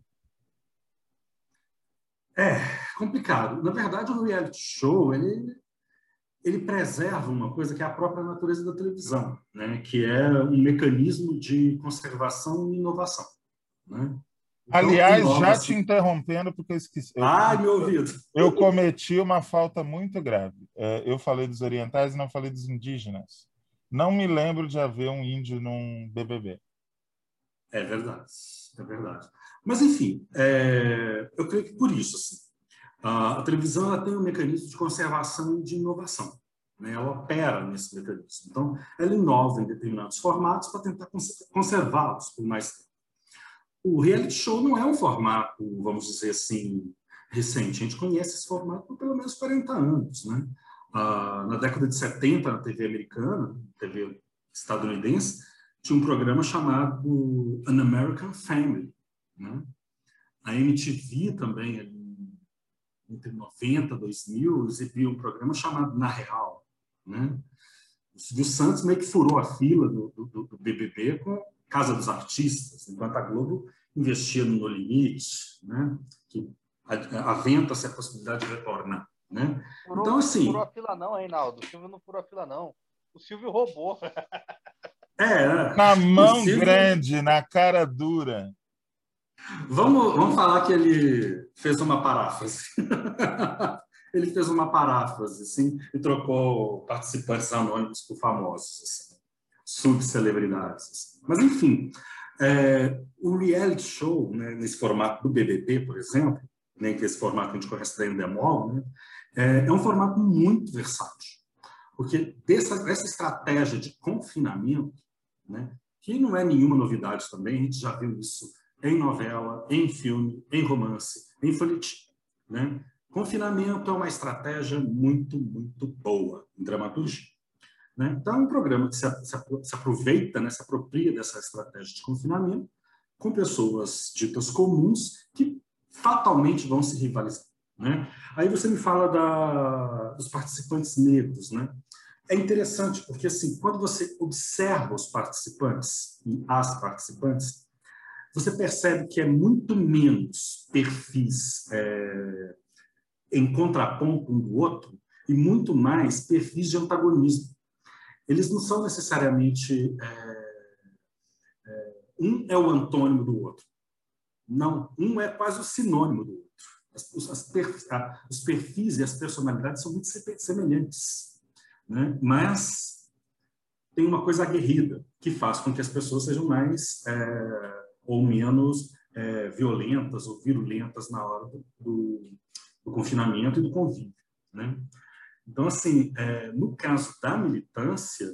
É complicado. Na verdade, o reality show, ele ele preserva uma coisa que é a própria natureza da televisão, né? Que é um mecanismo de conservação e inovação, né? Então, Aliás, já te interrompendo, porque eu esqueci. Meu ouvido. Eu cometi uma falta muito grave. Eu falei dos orientais e não falei dos indígenas. Não me lembro de haver um índio num BBB. É verdade, é verdade. Mas, enfim, eu creio que por isso, assim, a televisão ela tem um mecanismo de conservação e de inovação, né? Ela opera nesse mecanismo. Então, ela inova em determinados formatos para tentar conservá-los por mais tempo. O reality show não é um formato, vamos dizer assim, recente. A gente conhece esse formato por pelo menos 40 anos, né? Na década de 70, na TV americana, TV estadunidense, tinha um programa chamado An American Family, né? A MTV também, entre 90 e 2000, exibia um programa chamado Na Real, né? O Silvio Santos meio que furou a fila do BBB com Casa dos Artistas, enquanto a Globo investia no No Limite, né? Que aventa-se a possibilidade de retornar, né? Então, assim... Não furou a fila não, Reinaldo. O Silvio não furou a fila, não. O Silvio roubou. Na mão grande, na cara dura. Vamos falar que ele fez uma paráfrase. Ele fez uma paráfrase, assim, e trocou participantes anônimos por famosos, assim, subcelebridades. Assim. Mas, enfim, o reality show, né, nesse formato do BBB, por exemplo, né, que é esse formato que a gente conhece da Endemol, né, é um formato muito versátil. Porque essa estratégia de confinamento, né, que não é nenhuma novidade também, a gente já viu isso em novela, em filme, em romance, em folhetim, né? Confinamento é uma estratégia muito, muito boa em dramaturgia, né? Então, é um programa que se aproveita, né, se apropria dessa estratégia de confinamento com pessoas ditas comuns que fatalmente vão se rivalizar, né? Aí você me fala dos participantes negros, né? É interessante porque, assim, quando você observa os participantes e as participantes, você percebe que é muito menos perfis em contraponto um do outro e muito mais perfis de antagonismo. Eles não são necessariamente... um é o antônimo do outro. Não, um é quase o sinônimo do outro. Os perfis e as personalidades são muito semelhantes, né? Mas tem uma coisa aguerrida que faz com que as pessoas sejam mais ou menos violentas ou virulentas na hora do confinamento e do convívio, né? Então, assim, no caso da militância,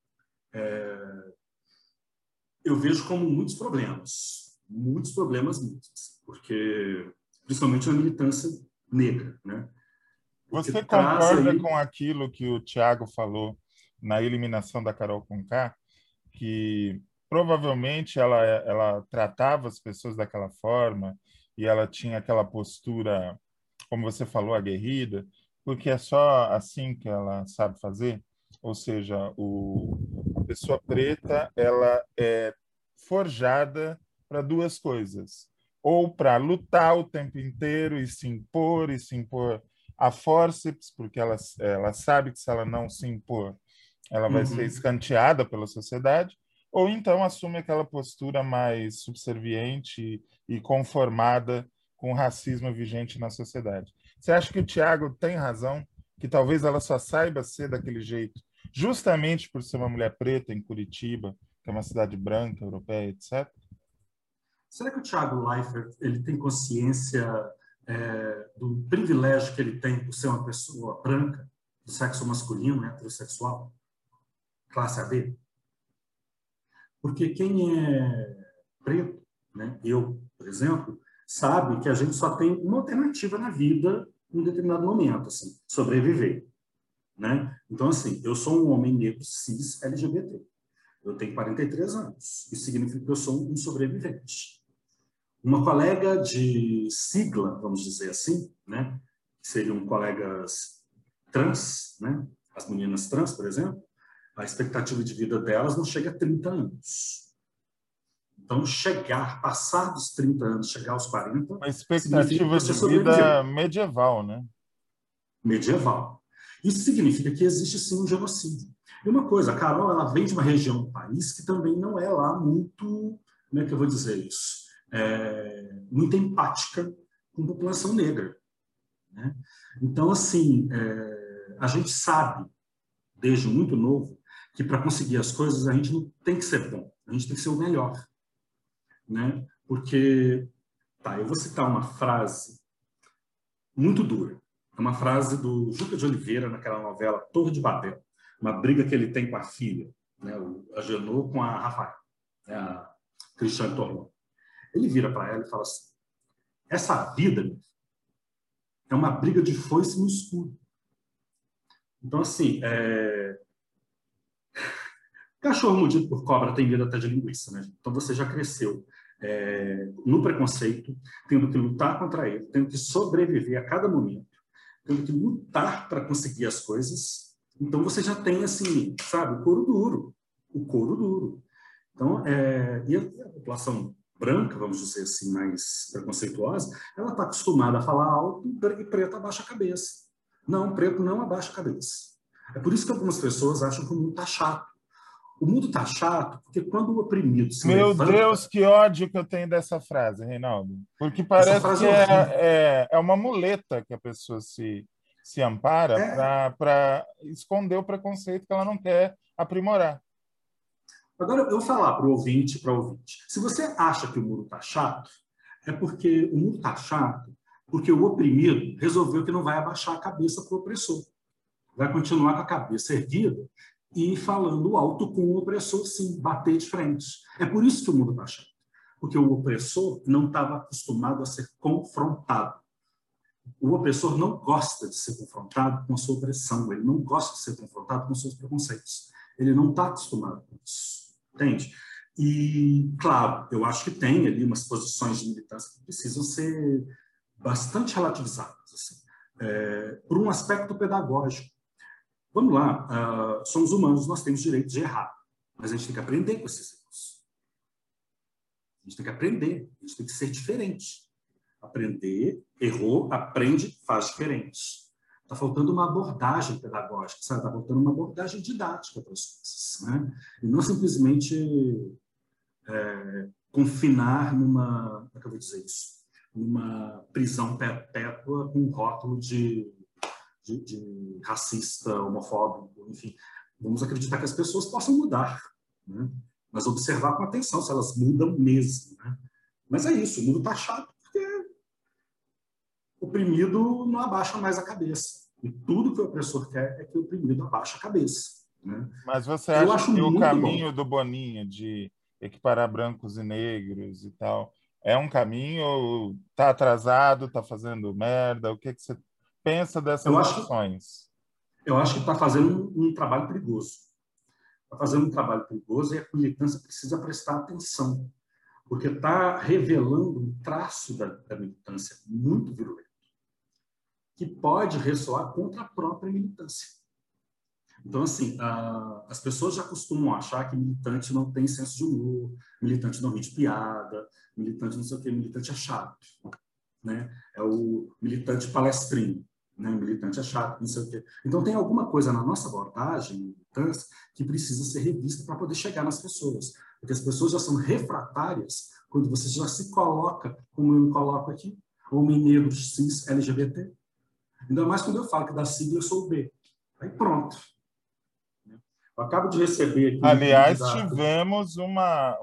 eu vejo como muitos problemas mesmo, porque principalmente na militância negra, né? Você concorda com aquilo que o Thiago falou na eliminação da Carol Conká, que provavelmente ela tratava as pessoas daquela forma e ela tinha aquela postura, como você falou, aguerrida, porque é só assim que ela sabe fazer? Ou seja, a pessoa preta ela é forjada para duas coisas: ou para lutar o tempo inteiro e se impor a fórceps, porque ela sabe que se ela não se impor, ela vai ser escanteada pela sociedade, ou então assume aquela postura mais subserviente e conformada com o racismo vigente na sociedade. Você acha que o Thiago tem razão, que talvez ela só saiba ser daquele jeito, justamente por ser uma mulher preta em Curitiba, que é uma cidade branca, europeia, etc.? Será que o Thiago Leifert ele tem consciência do privilégio que ele tem por ser uma pessoa branca, do sexo masculino, heterossexual, classe AB? Porque quem é preto, né, eu, por exemplo, sabe que a gente só tem uma alternativa na vida em um determinado momento, assim, sobreviver, né? Então, assim, eu sou um homem negro cis LGBT. Eu tenho 43 anos. Isso significa que eu sou um sobrevivente. Uma colega de sigla, vamos dizer assim, né, que seriam colegas trans, né, as meninas trans, por exemplo, a expectativa de vida delas não chega a 30 anos. Então, passar dos 30 anos, chegar aos 40... Uma expectativa de vida medieval, né? Medieval. Isso significa que existe, sim, um genocídio. E uma coisa, a Carol, ela vem de uma região do país que também não é lá muito, como é que eu vou dizer isso? Muito empática com a população negra, né? Então, assim, a gente sabe, desde muito novo, que para conseguir as coisas a gente não tem que ser bom, a gente tem que ser o melhor, né? Porque, eu vou citar uma frase muito dura. É uma frase do Juca de Oliveira, naquela novela Torre de Babel, uma briga que ele tem com a filha, né, o Agenor com a Rafael, né, a Cristiane Torlon. Ele vira para ela e fala assim: essa vida é uma briga de foice no escuro. Então, assim, cachorro mordido por cobra tem medo até de linguiça, né? Então você já cresceu no preconceito, tendo que lutar contra ele, tendo que sobreviver a cada momento, tendo que lutar para conseguir as coisas. Então você já tem, assim, sabe, o couro duro. Então, e a população branca, vamos dizer assim, mais preconceituosa, ela está acostumada a falar alto e preto abaixa a cabeça. Não, preto não abaixa a cabeça. É por isso que algumas pessoas acham que o mundo está chato. O mundo está chato porque quando o oprimido se levanta... Meu Deus, que ódio que eu tenho dessa frase, Reinaldo. Porque parece que é uma muleta que a pessoa se ampara para esconder o preconceito que ela não quer aprimorar. Agora, eu vou falar para o ouvinte, se você acha que o mundo está chato, é porque o mundo está chato porque o oprimido resolveu que não vai abaixar a cabeça para o opressor. Vai continuar com a cabeça erguida e falando alto com o opressor, sim, bater de frente. É por isso que o mundo está chato. Porque o opressor não estava acostumado a ser confrontado. O opressor não gosta de ser confrontado com a sua opressão, ele não gosta de ser confrontado com seus preconceitos. Ele não está acostumado com isso, entende? E, claro, eu acho que tem ali umas posições de militância que precisam ser bastante relativizadas, assim, por um aspecto pedagógico. Vamos lá, somos humanos, nós temos direito de errar, mas a gente tem que aprender com esses erros. A gente tem que aprender, a gente tem que ser diferente. Aprender, errou, aprende, faz diferente. Está faltando uma abordagem pedagógica, sabe? Está faltando uma abordagem didática para as coisas, né? E não simplesmente confinar numa, como é que eu vou dizer isso? Numa prisão perpétua com um rótulo de racista, homofóbico, enfim. Vamos acreditar que as pessoas possam mudar, né? Mas observar com atenção se elas mudam mesmo, né? Mas é isso, o mundo está chato porque o oprimido não abaixa mais a cabeça. E tudo que o opressor quer é que o oprimido abaixe a cabeça, né? Mas você acha que o caminho do Boninho de equiparar brancos e negros e tal é um caminho ou está atrasado, está fazendo merda? O que você pensa dessas ações? Eu acho que está fazendo um trabalho perigoso. Está fazendo um trabalho perigoso e a militância precisa prestar atenção, porque está revelando um traço da militância muito virulento, que pode ressoar contra a própria militância. Então, assim, as pessoas já costumam achar que militante não tem senso de humor, militante não ri de piada, militante não sei o quê, militante é chato, né? É o militante palestrinho, né? O militante é chato, não sei o quê. Então, tem alguma coisa na nossa abordagem, militância, que precisa ser revista para poder chegar nas pessoas. Porque as pessoas já são refratárias quando você já se coloca, como eu me coloco aqui, homem negro, cis, LGBT. Ainda mais quando eu falo que da sigla eu sou o B. Aí pronto. Eu acabo de receber aqui... Aliás, tivemos uma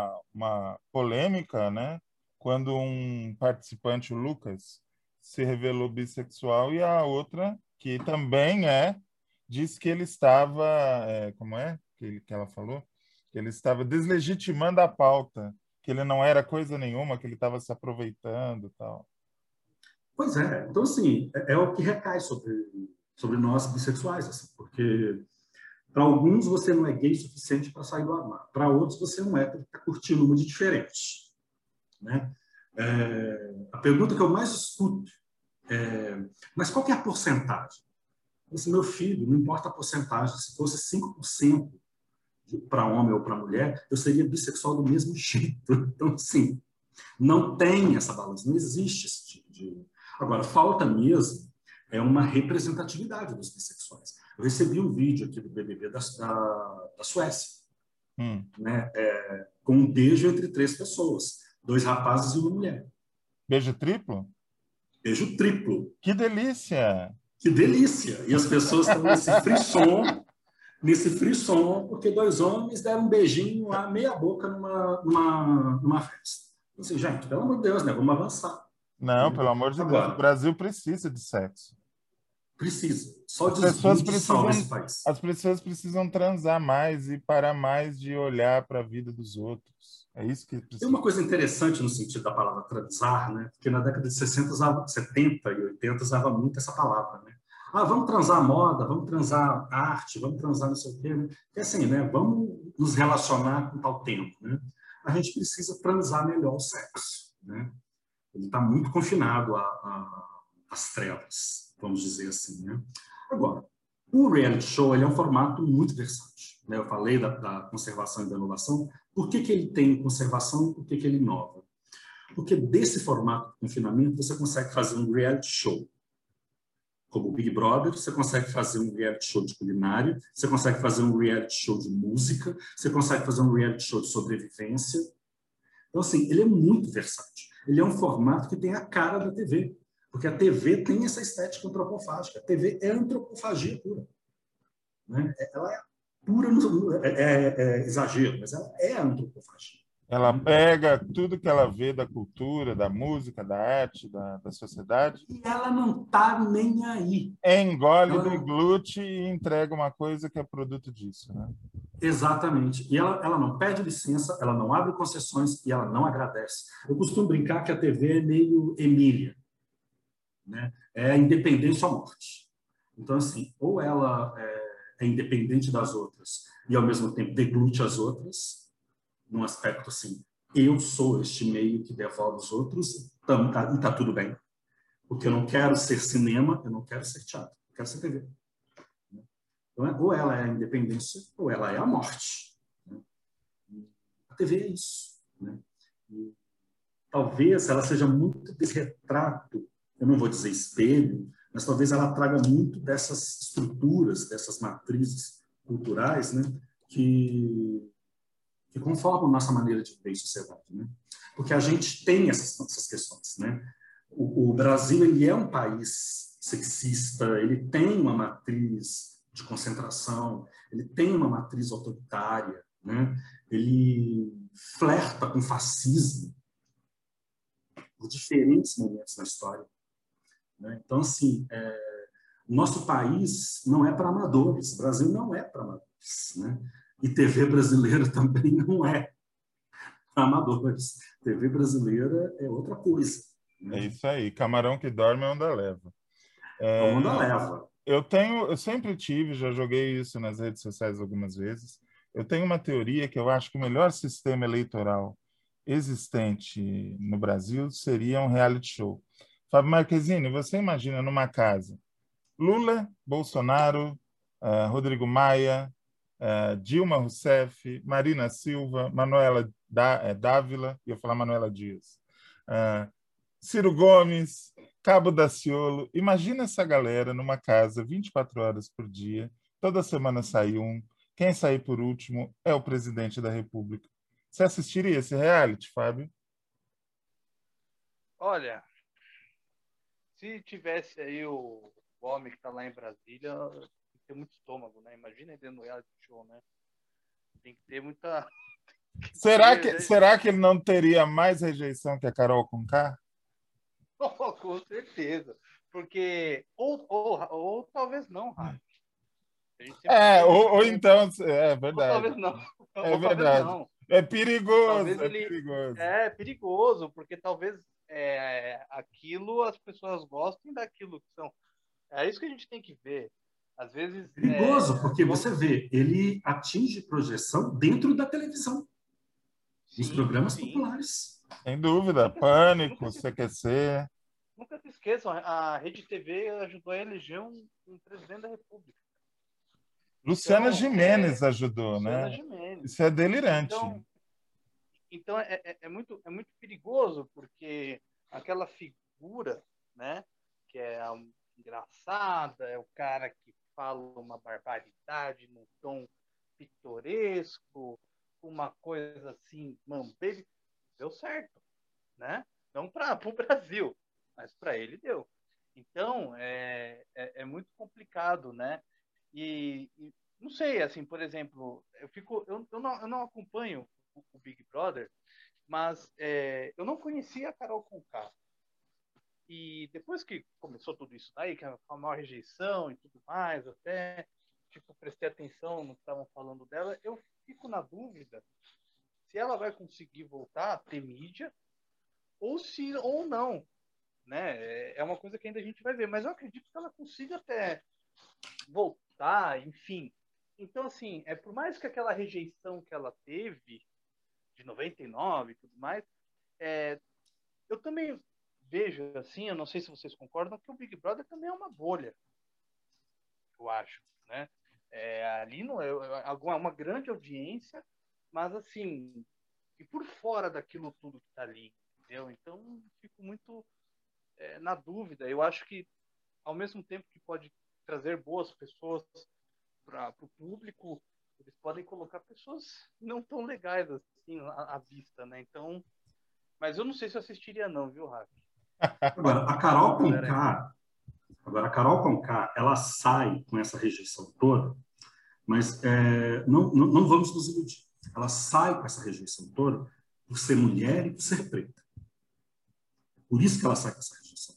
polêmica, né? Quando um participante, o Lucas, se revelou bissexual e a outra, que também disse que ele estava... como é que ela falou? Que ele estava deslegitimando a pauta, que ele não era coisa nenhuma, que ele estava se aproveitando e tal. Pois é. Então, assim, é o que recai sobre nós bissexuais, assim, porque para alguns você não é gay o suficiente para sair do armário, para outros você não é, porque está curtindo uma de diferente, né? A pergunta que eu mais escuto mas qual que é a porcentagem? Esse meu filho, não importa a porcentagem, se fosse 5% para homem ou para mulher, eu seria bissexual do mesmo jeito. Então, assim, não tem essa balança, não existe esse tipo de... Agora, falta mesmo é uma representatividade dos bissexuais. Eu recebi um vídeo aqui do BBB da Suécia, né? Com um beijo entre 3 pessoas, 2 rapazes e uma mulher. Beijo triplo? Beijo triplo. Que delícia! Que delícia! E as pessoas estão nesse frisson, porque 2 homens deram um beijinho a meia boca numa festa. Assim, gente, pelo amor de Deus, né? Vamos avançar. Não, pelo amor de Deus, o Brasil precisa de sexo. Precisa. Só desvio salva esse país. As pessoas precisam transar mais e parar mais de olhar para a vida dos outros. É isso que precisa. Tem uma coisa interessante no sentido da palavra transar, né? Porque na década de 60, 70 e 80 usava muito essa palavra, né? Ah, vamos transar a moda, vamos transar a arte, vamos transar não sei o quê, né? Porque assim, né? Vamos nos relacionar com tal tempo, né? A gente precisa transar melhor o sexo, né? Ele está muito confinado às trevas, vamos dizer assim, né? Agora, o reality show ele é um formato muito versátil, né? Eu falei da conservação e da inovação. Por que ele tem conservação e por que ele inova? Porque desse formato de confinamento você consegue fazer um reality show. Como o Big Brother, você consegue fazer um reality show de culinária, você consegue fazer um reality show de música, você consegue fazer um reality show de sobrevivência. Então, assim, ele é muito versátil. Ele é um formato que tem a cara da TV, porque a TV tem essa estética antropofágica. A TV é antropofagia pura, né? Ela é pura, exagero, mas ela é antropofagia. Ela pega tudo que ela vê da cultura, da música, da arte, da sociedade. E ela não está nem aí. Engole, deglute e entrega uma coisa que é produto disso, né? Exatamente. E ela não pede licença, ela não abre concessões e ela não agradece. Eu costumo brincar que a TV é meio Emília, né? É independência ou morte. Então, assim, ou ela é independente das outras e, ao mesmo tempo, deglute as outras, num aspecto assim, eu sou este meio que devolve os outros e tá tudo bem. Porque eu não quero ser cinema, eu não quero ser teatro, eu quero ser TV. Então, ou ela é a independência ou ela é a morte. A TV é isso, né? E talvez ela seja muito desse retrato, eu não vou dizer espelho, mas talvez ela traga muito dessas estruturas, dessas matrizes culturais, né, que conformam a nossa maneira de viver em sociedade, né? Porque a gente tem essas questões, né? O Brasil ele é um país sexista, ele tem uma matriz de concentração, ele tem uma matriz autoritária, né? Ele flerta com fascismo por diferentes momentos na história, né? Então, assim, o nosso país não é para amadores, o Brasil não é para amadores, né? E TV brasileira também não é para amadores. TV brasileira é outra coisa, né? É isso aí. Camarão que dorme é onda leva. Onda leva. Eu sempre tive, já joguei isso nas redes sociais algumas vezes. Eu tenho uma teoria que eu acho que o melhor sistema eleitoral existente no Brasil seria um reality show. Fábio Marquezine, você imagina numa casa Lula, Bolsonaro, Rodrigo Maia, Dilma Rousseff, Marina Silva, Manuela Dávila, ia falar Manuela Dias, Ciro Gomes, Cabo Daciolo. Imagina essa galera numa casa 24 horas por dia, toda semana sai um. Quem sair por último é o presidente da República. Você assistiria esse reality, Fábio? Olha, se tivesse aí o homem que está lá em Brasília, tem que ter muito estômago, né? Imagina ele dentro do reality show, né? Tem que ter muita... Será que ele não teria mais rejeição que a Carol Conká? Oh, com certeza. Porque... Ou talvez não, Rafa. Ou então... É verdade. Ou talvez não. É verdade. Não. É perigoso. Perigoso. É perigoso, porque talvez aquilo as pessoas gostem daquilo que são. É isso que a gente tem que ver. Às vezes... Perigoso, porque você vê, ele atinge projeção dentro da televisão. Nos programas populares. Sem dúvida. Pânico, CQC. Nunca se esqueçam, a Rede TV ajudou a eleger um presidente da República. Luciana Gimenez ajudou, Luciana né? Gimenez. Isso é delirante. Então é muito perigoso, porque aquela figura, né, que é engraçada, é o cara que fala uma barbaridade num tom pitoresco, uma coisa assim, mambebe, deu certo, né? Não para o Brasil, mas para ele deu. Então, é muito complicado, né? E não sei, assim, por exemplo, eu não acompanho o Big Brother, mas eu não conhecia a Carol Conká. E depois que começou tudo isso daí, que a maior rejeição e tudo mais, até tipo, prestei atenção no que estavam falando dela, eu fico na dúvida se ela vai conseguir voltar a ter mídia ou não, né? É uma coisa que ainda a gente vai ver, mas eu acredito que ela consiga até voltar, enfim. Então, assim, por mais que aquela rejeição que ela teve de 99 e tudo mais, eu também vejo, assim, eu não sei se vocês concordam, que o Big Brother também é uma bolha, eu acho, né? Ali não é uma grande audiência, mas, assim, e por fora daquilo tudo que está ali, entendeu? Então, fico muito na dúvida. Eu acho que, ao mesmo tempo que pode trazer boas pessoas para o público, eles podem colocar pessoas não tão legais assim à vista, né? Então, mas eu não sei se eu assistiria não, viu, Rafa? Agora, a Carol Conká, ela sai com essa rejeição toda, mas não vamos nos iludir. Ela sai com essa rejeição toda por ser mulher e por ser preta. Por isso que ela sai com essa rejeição.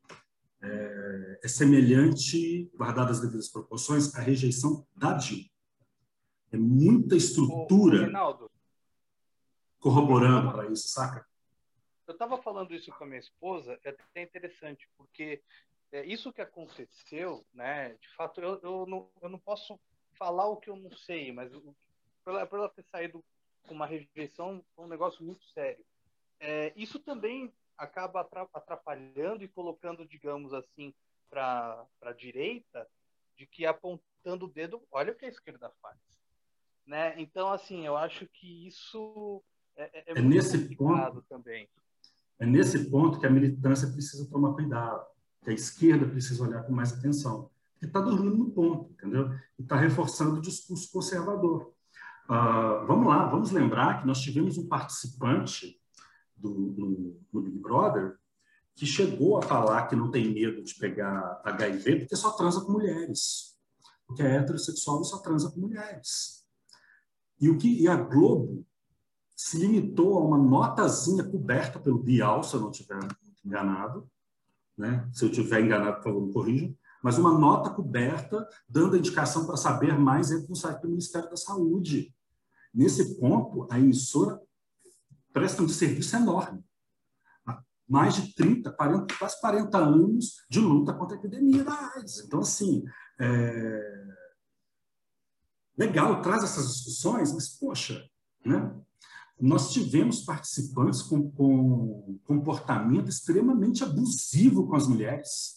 É semelhante, guardadas as devidas proporções, à rejeição da Dilma. É muita estrutura Reinaldo, corroborando para isso, saca? Eu estava falando isso com a minha esposa, é até interessante, porque isso que aconteceu, né? De fato, eu não posso falar o que eu não sei, mas por ela ter saído com uma rejeição, é um negócio muito sério. Isso também acaba atrapalhando e colocando, digamos assim, para a direita, de que apontando o dedo, olha o que a esquerda faz. Né? Então, assim, eu acho que isso é muito complicado também. É nesse ponto que a militância precisa tomar cuidado, que a esquerda precisa olhar com mais atenção, porque está dormindo no ponto, entendeu? E está reforçando o discurso conservador. Vamos lá, vamos lembrar que nós tivemos um participante do Big Brother que chegou a falar que não tem medo de pegar HIV porque só transa com mulheres, porque é heterossexual e só transa com mulheres. E a Globo se limitou a uma notazinha coberta pelo Bial, se eu não estiver enganado, né? Se eu estiver enganado, por favor, me corrijam, mas uma nota coberta dando a indicação para saber mais entra no site do Ministério da Saúde. Nesse ponto, a emissora presta um serviço enorme. Há mais de 30, 40, quase 40 anos de luta contra a epidemia da AIDS. Então, assim, legal, traz essas discussões, mas, poxa, né? Nós tivemos participantes com comportamento extremamente abusivo com as mulheres.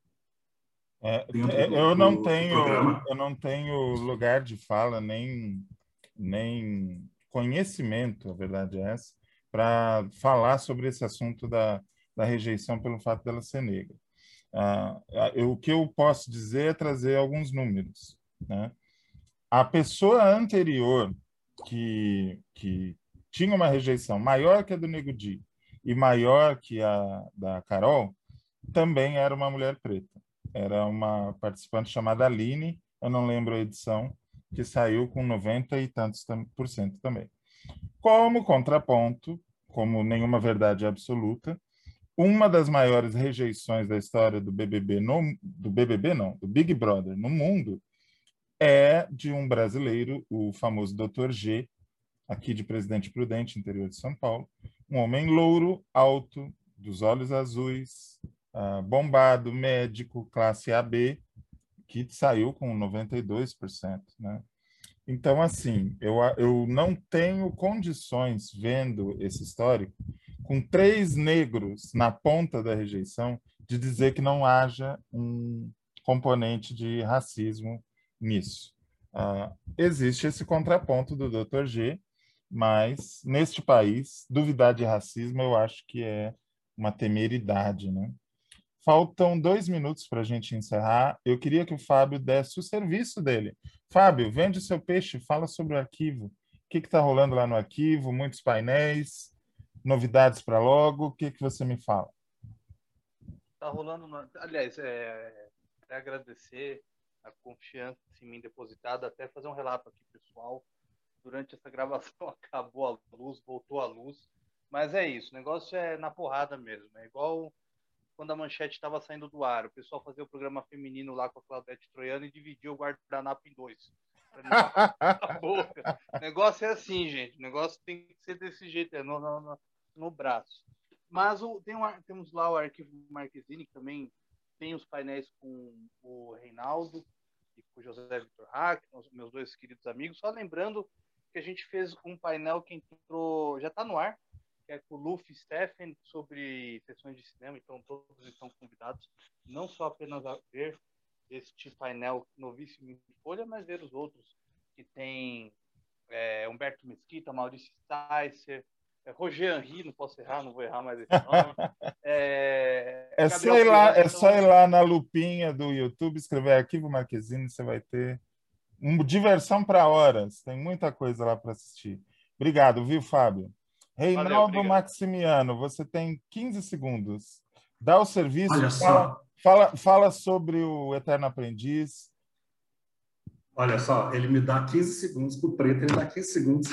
Eu não tenho lugar de fala, nem conhecimento, a verdade é essa, para falar sobre esse assunto da rejeição pelo fato dela ser negra. O que eu posso dizer é trazer alguns números, né? A pessoa anterior que tinha uma rejeição maior que a do Nego Di e maior que a da Carol, também era uma mulher preta. Era uma participante chamada Aline, eu não lembro a edição, que saiu com 90 e tantos por cento também. Como contraponto, como nenhuma verdade absoluta, uma das maiores rejeições da história do BBB, do Big Brother no mundo, é de um brasileiro, o famoso Dr. G, aqui de Presidente Prudente, interior de São Paulo, um homem louro, alto, dos olhos azuis, bombado, médico, classe AB, que saiu com 92%, né? Então, assim, eu não tenho condições, vendo esse histórico, com 3 negros na ponta da rejeição, de dizer que não haja um componente de racismo nisso. Existe esse contraponto do Dr. G, mas, neste país, duvidar de racismo eu acho que é uma temeridade, né? Faltam 2 minutos para a gente encerrar. Eu queria que o Fábio desse o serviço dele. Fábio, vende o seu peixe, fala sobre o arquivo. O que está rolando lá no arquivo? Muitos painéis, novidades para logo. O que você me fala? Tá rolando. Aliás, agradecer a confiança em mim depositada, até fazer um relato aqui, pessoal. Durante essa gravação acabou a luz, voltou a luz. Mas é isso, o negócio é na porrada mesmo. É igual quando a Manchete estava saindo do ar. O pessoal fazia o programa feminino lá com a Claudete Troiano e dividia o guardanapo em 2. Pra não dar a boca. O negócio é assim, gente. O negócio tem que ser desse jeito, no braço. Mas temos lá o arquivo Marquezine, que também tem os painéis com o Reinaldo e com o José Vitor Hack, meus 2 queridos amigos. Só lembrando que a gente fez um painel que entrou, já está no ar, que é com o Luffy Steffen, sobre sessões de cinema, então todos estão convidados, não só apenas a ver este painel novíssimo em folha, mas ver os outros, que tem Humberto Mesquita, Maurício Sticer, Roger Henry, não posso errar, não vou errar mais esse nome. Só ir lá na lupinha do YouTube, escrever Arquivo Marquezine, você vai ter uma diversão para horas. Tem muita coisa lá para assistir. Obrigado, viu, Fábio? Reinaldo Maximiano, você tem 15 segundos. Dá o serviço, Olha só. Fala sobre o Eterno Aprendiz. Olha só, ele me dá 15 segundos, para o Preto ele dá 15 segundos.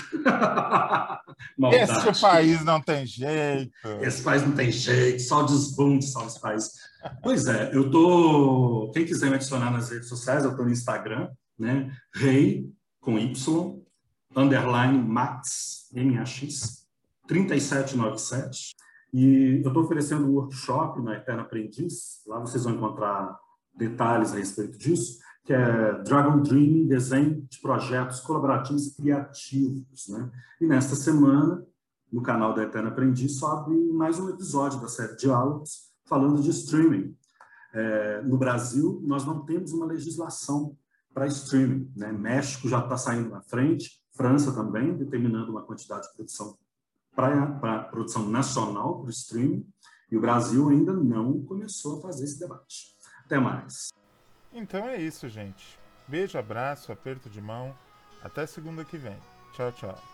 Esse país não tem jeito. Esse país não tem jeito, só desbunde só esse país. Pois é, quem quiser me adicionar nas redes sociais, eu estou no Instagram, né? Rei, com Y, _ Max, MAX, 3797. E eu estou oferecendo um workshop na Eterno Aprendiz, lá vocês vão encontrar detalhes a respeito disso, que é Dragon Dreaming, desenho de projetos colaborativos e criativos, né? E nesta semana, no canal da Eterno Aprendiz, sobe mais um episódio da série Diálogos, falando de streaming. No Brasil, nós não temos uma legislação para streaming, né? México já está saindo na frente, França também, determinando uma quantidade de produção para produção nacional para o streaming, e o Brasil ainda não começou a fazer esse debate. Até mais. Então é isso, gente. Beijo, abraço, aperto de mão. Até segunda que vem. Tchau, tchau.